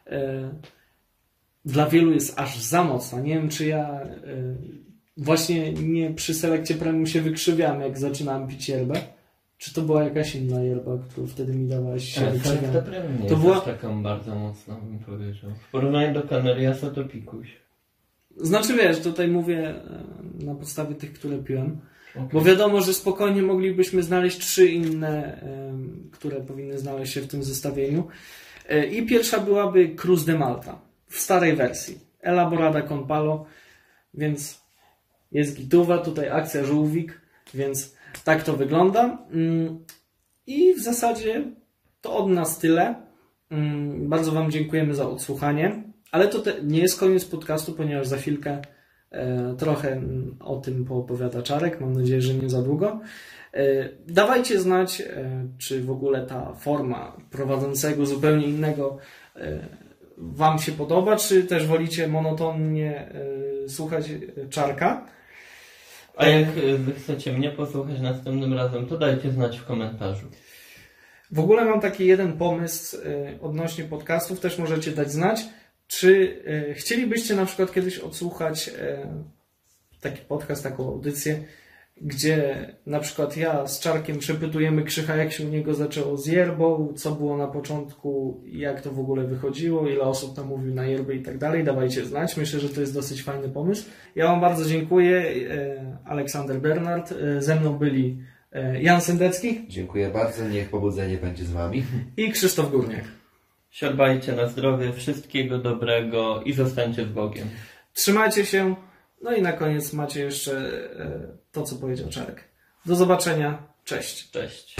Dla wielu jest aż za mocna. Nie wiem, czy ja właśnie nie przy Seleccie Premium się wykrzywiałem, jak zaczynałem pić yerbę. Czy to była jakaś inna yerba, którą wtedy mi dawałeś? Selecta Premium nie to jest była taką bardzo mocną, bym powiedział. W porównaniu do Canariasa to pikuś. Znaczy wiesz, tutaj mówię na podstawie tych, które piłem. Okay. Bo wiadomo, że spokojnie moglibyśmy znaleźć trzy inne, które powinny znaleźć się w tym zestawieniu. I pierwsza byłaby Cruz de Malta w starej wersji. Elaborada con Palo, więc jest gituwa, tutaj akcja żółwik, więc tak to wygląda. I w zasadzie to od nas tyle. Bardzo Wam dziękujemy za odsłuchanie, ale to te, nie jest koniec podcastu, ponieważ za chwilkę e, trochę o tym poopowiada Czarek. Mam nadzieję, że nie za długo. E, dawajcie znać, e, czy w ogóle ta forma prowadzącego zupełnie innego e, Wam się podoba, czy też wolicie monotonnie e, słuchać Czarka. A jak wy chcecie mnie posłuchać następnym razem, to dajcie znać w komentarzu. W ogóle mam taki jeden pomysł odnośnie podcastów, też możecie dać znać. Czy chcielibyście na przykład kiedyś odsłuchać taki podcast, taką audycję, gdzie na przykład ja z Czarkiem przepytujemy Krzycha, jak się u niego zaczęło z yerbą, co było na początku, jak to w ogóle wychodziło, ile osób tam mówił na yerbę i tak dalej. Dawajcie znać. Myślę, że to jest dosyć fajny pomysł. Ja Wam bardzo dziękuję. Aleksander Bernard. Ze mną byli Jan Sendecki. Dziękuję bardzo. Niech pobudzenie będzie z Wami. I Krzysztof Górniak. Siorbajcie na zdrowie, wszystkiego dobrego i zostańcie z Bogiem. Trzymajcie się. No i na koniec macie jeszcze to, co powiedział Czarek. Do zobaczenia. Cześć. Cześć.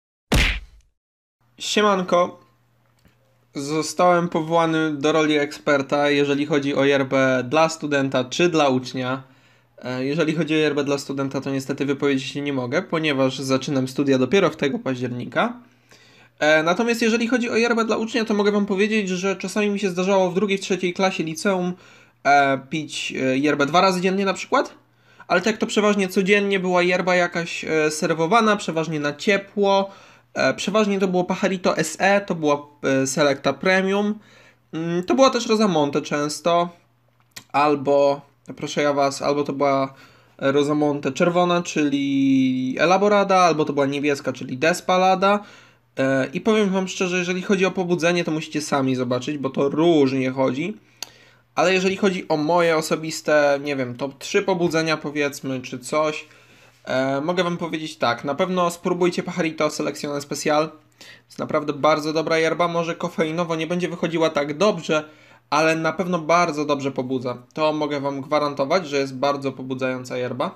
Siemanko. Zostałem powołany do roli eksperta, jeżeli chodzi o yerbę dla studenta czy dla ucznia. Jeżeli chodzi o yerbę dla studenta, to niestety wypowiedzieć się nie mogę, ponieważ zaczynam studia dopiero w tego października. Natomiast jeżeli chodzi o yerbę dla ucznia, to mogę Wam powiedzieć, że czasami mi się zdarzało w drugiej, w trzeciej klasie liceum pić yerbę dwa razy dziennie na przykład. Ale tak to przeważnie codziennie była yerba jakaś serwowana, przeważnie na ciepło. Przeważnie to było Pajarito S E, to była Selecta Premium. To była też Rosa Monte często. Albo, proszę ja Was, albo to była Rosa Monte czerwona, czyli Elaborada, albo to była niebieska, czyli Despalada. I powiem Wam szczerze, jeżeli chodzi o pobudzenie, to musicie sami zobaczyć, bo to różnie chodzi. Ale jeżeli chodzi o moje osobiste, nie wiem, top trzy pobudzenia powiedzmy, czy coś, e, mogę Wam powiedzieć tak. Na pewno spróbujcie Pajarito Selección Especial. Jest naprawdę bardzo dobra yerba. Może kofeinowo nie będzie wychodziła tak dobrze, ale na pewno bardzo dobrze pobudza. To mogę Wam gwarantować, że jest bardzo pobudzająca yerba.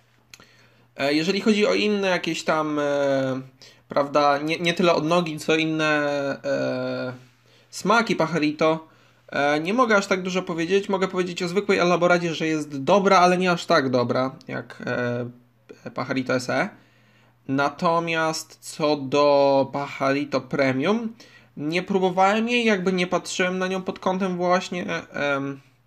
E, jeżeli chodzi o inne jakieś tam, e, prawda, nie, nie tyle odnogi, co inne e, smaki Pajarito, nie mogę aż tak dużo powiedzieć. Mogę powiedzieć o zwykłej elaboradzie, że jest dobra, ale nie aż tak dobra jak e, Pajarito S E. Natomiast co do Pajarito Premium, nie próbowałem jej, jakby nie patrzyłem na nią pod kątem właśnie e,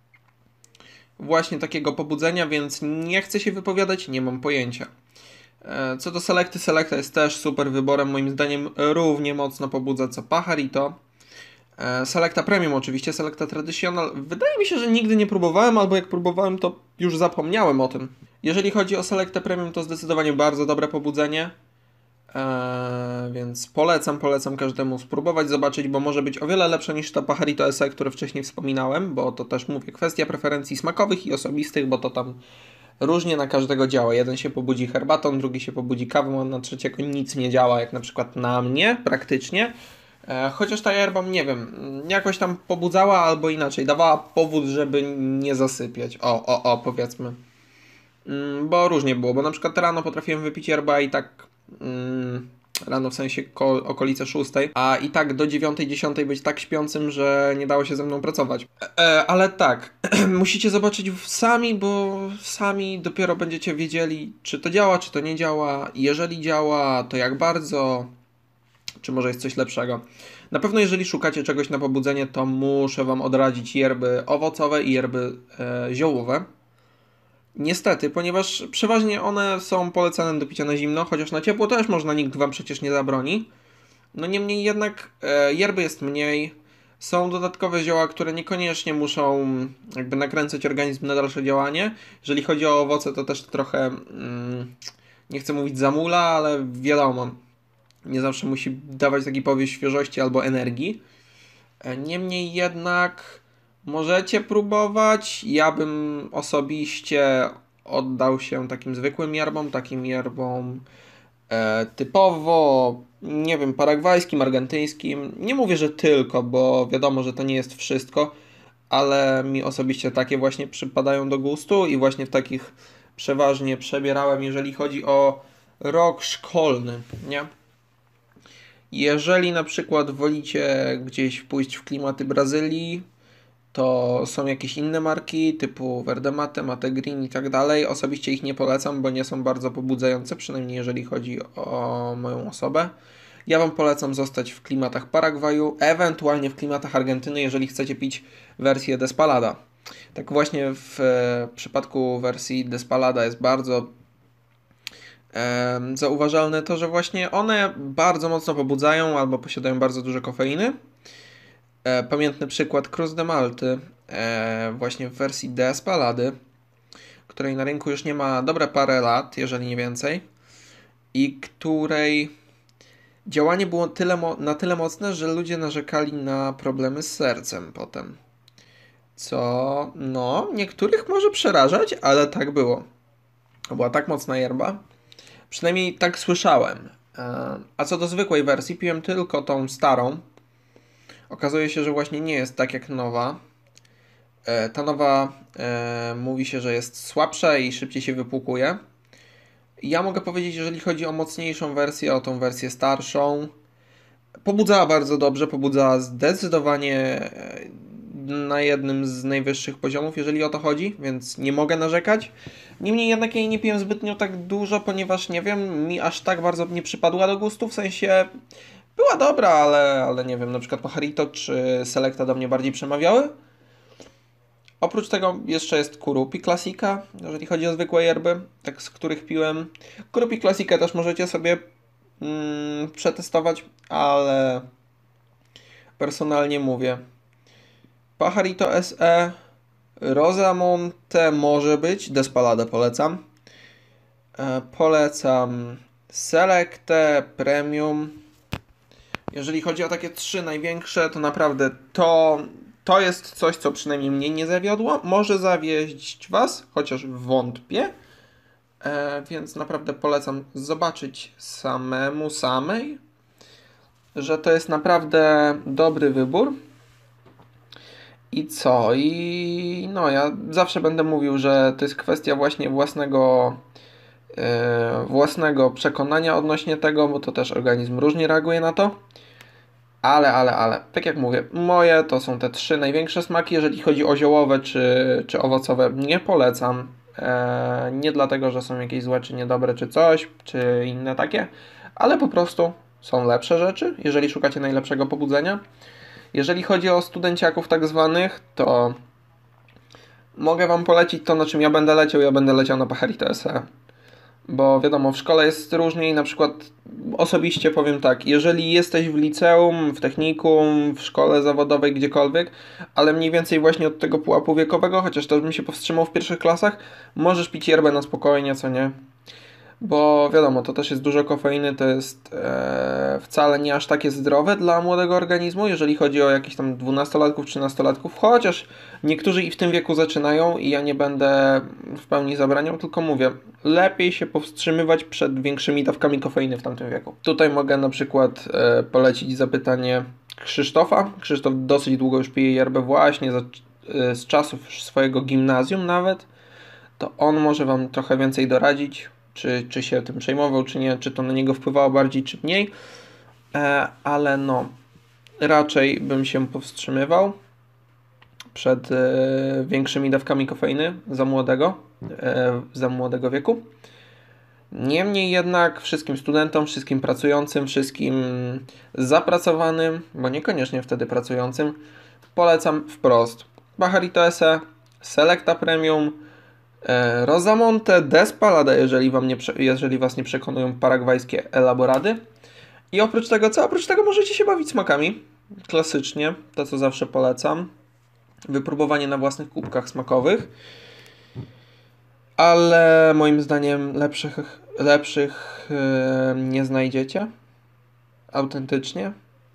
właśnie takiego pobudzenia, więc nie chcę się wypowiadać, nie mam pojęcia. E, co do Selecty, Selecta jest też super wyborem, moim zdaniem równie mocno pobudza co Pajarito. Selecta Premium oczywiście, Selecta Traditional. Wydaje mi się, że nigdy nie próbowałem, albo jak próbowałem, to już zapomniałem o tym. Jeżeli chodzi o Selecta Premium, to zdecydowanie bardzo dobre pobudzenie. Eee, więc polecam, polecam każdemu spróbować, zobaczyć, bo może być o wiele lepsze niż ta Pajarito S E, które wcześniej wspominałem, bo to też mówię, kwestia preferencji smakowych i osobistych, bo to tam różnie na każdego działa. Jeden się pobudzi herbatą, drugi się pobudzi kawą, a na trzeciego nic nie działa, jak na przykład na mnie praktycznie. Chociaż ta yerba, nie wiem, jakoś tam pobudzała albo inaczej, dawała powód, żeby nie zasypiać. O, o, o, powiedzmy. Bo różnie było, bo na przykład rano potrafiłem wypić yerbę i tak mm, rano w sensie ko- okolice szóstej, a i tak do dziewiątej, dziesiątej być tak śpiącym, że nie dało się ze mną pracować. E, ale tak, musicie zobaczyć sami, bo sami dopiero będziecie wiedzieli, czy to działa, czy to nie działa. Jeżeli działa, to jak bardzo. czy może jest coś lepszego. Na pewno jeżeli szukacie czegoś na pobudzenie, to muszę Wam odradzić yerby owocowe i yerby e, ziołowe. Niestety, ponieważ przeważnie one są polecane do picia na zimno, chociaż na ciepło też można, nikt Wam przecież nie zabroni. No niemniej jednak e, yerby jest mniej. Są dodatkowe zioła, które niekoniecznie muszą jakby nakręcać organizm na dalsze działanie. Jeżeli chodzi o owoce, to też trochę, mm, nie chcę mówić zamula, ale wiadomo, nie zawsze musi dawać taki powiew świeżości albo energii. Niemniej jednak możecie próbować. Ja bym osobiście oddał się takim zwykłym yerbom, takim yerbom e, typowo, nie wiem, paragwajskim, argentyńskim. Nie mówię, że tylko, bo wiadomo, że to nie jest wszystko, ale mi osobiście takie właśnie przypadają do gustu i właśnie w takich przeważnie przebierałem, jeżeli chodzi o rok szkolny, nie? Jeżeli na przykład wolicie gdzieś pójść w klimaty Brazylii, to są jakieś inne marki typu Verde Mate, Mate Green i tak dalej. Osobiście ich nie polecam, bo nie są bardzo pobudzające, przynajmniej jeżeli chodzi o moją osobę. Ja Wam polecam zostać w klimatach Paragwaju, ewentualnie w klimatach Argentyny, jeżeli chcecie pić wersję Despalada. Tak właśnie w przypadku wersji Despalada jest bardzo zauważalne to, że właśnie one bardzo mocno pobudzają albo posiadają bardzo dużo kofeiny. Pamiętny przykład Cruz de Malty właśnie w wersji Despalady, której na rynku już nie ma dobre parę lat, jeżeli nie więcej, i której działanie było tyle, na tyle mocne, że ludzie narzekali na problemy z sercem potem. Co no niektórych może przerażać, ale tak było. To była tak mocna yerba. Przynajmniej tak słyszałem. A co do zwykłej wersji, piłem tylko tą starą. Okazuje się, że właśnie nie jest tak jak nowa. Ta nowa e, mówi się, że jest słabsza i szybciej się wypłukuje. Ja mogę powiedzieć, jeżeli chodzi o mocniejszą wersję, o tą wersję starszą, pobudzała bardzo dobrze, pobudzała zdecydowanie na jednym z najwyższych poziomów, jeżeli o to chodzi, więc nie mogę narzekać. Niemniej jednak jej nie piłem zbytnio tak dużo, ponieważ nie wiem, mi aż tak bardzo nie przypadła do gustu, w sensie była dobra, ale, ale nie wiem, na przykład Pajarito czy Selecta do mnie bardziej przemawiały. Oprócz tego jeszcze jest Kurupi Classica, jeżeli chodzi o zwykłe yerby, tak z których piłem. Kurupi Classica też możecie sobie mm, przetestować, ale personalnie mówię. Pajarito S E, Rosamonte może być, Despalada polecam. E, polecam Selectę, Premium. Jeżeli chodzi o takie trzy największe, to naprawdę to, to jest coś, co przynajmniej mnie nie zawiodło. Może zawieść Was, chociaż wątpię. E, więc naprawdę polecam zobaczyć samemu, samej, że to jest naprawdę dobry wybór. I co? I no ja zawsze będę mówił, że to jest kwestia właśnie własnego yy, własnego przekonania odnośnie tego, bo to też organizm różnie reaguje na to. Ale, ale, ale, tak jak mówię, moje to są te trzy największe smaki. Jeżeli chodzi o ziołowe czy, czy owocowe, nie polecam. Eee, nie dlatego, że są jakieś złe, czy niedobre, czy coś, czy inne takie, ale po prostu są lepsze rzeczy, jeżeli szukacie najlepszego pobudzenia. Jeżeli chodzi o studenciaków tak zwanych, to mogę Wam polecić to, na czym ja będę leciał. Ja będę leciał na Pajarito S E. Bo wiadomo, w szkole jest różnie i na przykład osobiście powiem tak, jeżeli jesteś w liceum, w technikum, w szkole zawodowej, gdziekolwiek, ale mniej więcej właśnie od tego pułapu wiekowego, chociaż też bym się powstrzymał w pierwszych klasach, możesz pić yerbę na spokojnie, co nie? Bo wiadomo, to też jest dużo kofeiny, to jest e, wcale nie aż takie zdrowe dla młodego organizmu, jeżeli chodzi o jakichś tam dwunastolatków, trzynastolatków, chociaż niektórzy i w tym wieku zaczynają i ja nie będę w pełni zabraniał, tylko mówię, lepiej się powstrzymywać przed większymi dawkami kofeiny w tamtym wieku. Tutaj mogę na przykład e, polecić zapytanie Krzysztofa. Krzysztof dosyć długo już pije yerbę właśnie za, e, z czasów swojego gimnazjum nawet, to on może Wam trochę więcej doradzić. Czy, czy się tym przejmował, czy nie, czy to na niego wpływało bardziej, czy mniej. E, ale no, raczej bym się powstrzymywał przed e, większymi dawkami kofeiny za młodego, e, za młodego wieku. Niemniej jednak wszystkim studentom, wszystkim pracującym, wszystkim zapracowanym, bo niekoniecznie wtedy pracującym, polecam wprost Pajarito S E, Selecta Premium, e, Rosamonte, Despalada, jeżeli, wam nie, jeżeli Was nie przekonują paragwajskie elaborady. I oprócz tego, co? Oprócz tego możecie się bawić smakami. Klasycznie, to co zawsze polecam. Wypróbowanie na własnych kubkach smakowych. Ale moim zdaniem lepszych, lepszych yy, nie znajdziecie. Autentycznie.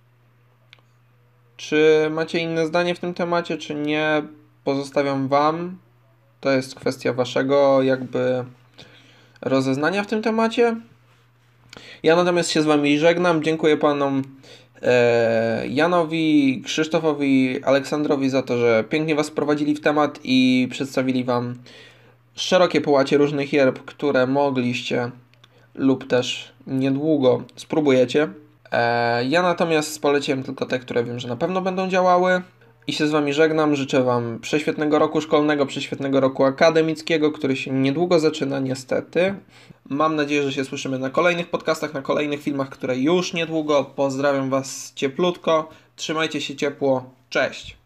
Czy macie inne zdanie w tym temacie, czy nie? Pozostawiam Wam. To jest kwestia Waszego jakby rozeznania w tym temacie. Ja natomiast się z Wami żegnam. Dziękuję Panom e, Janowi, Krzysztofowi, Aleksandrowi za to, że pięknie Was wprowadzili w temat i przedstawili Wam szerokie połacie różnych yerb, które mogliście lub też niedługo spróbujecie. E, ja natomiast poleciłem tylko te, które wiem, że na pewno będą działały. I się z Wami żegnam. Życzę Wam prześwietnego roku szkolnego, prześwietnego roku akademickiego, który się niedługo zaczyna, niestety. Mam nadzieję, że się słyszymy na kolejnych podcastach, na kolejnych filmach, które już niedługo. Pozdrawiam Was cieplutko. Trzymajcie się ciepło. Cześć!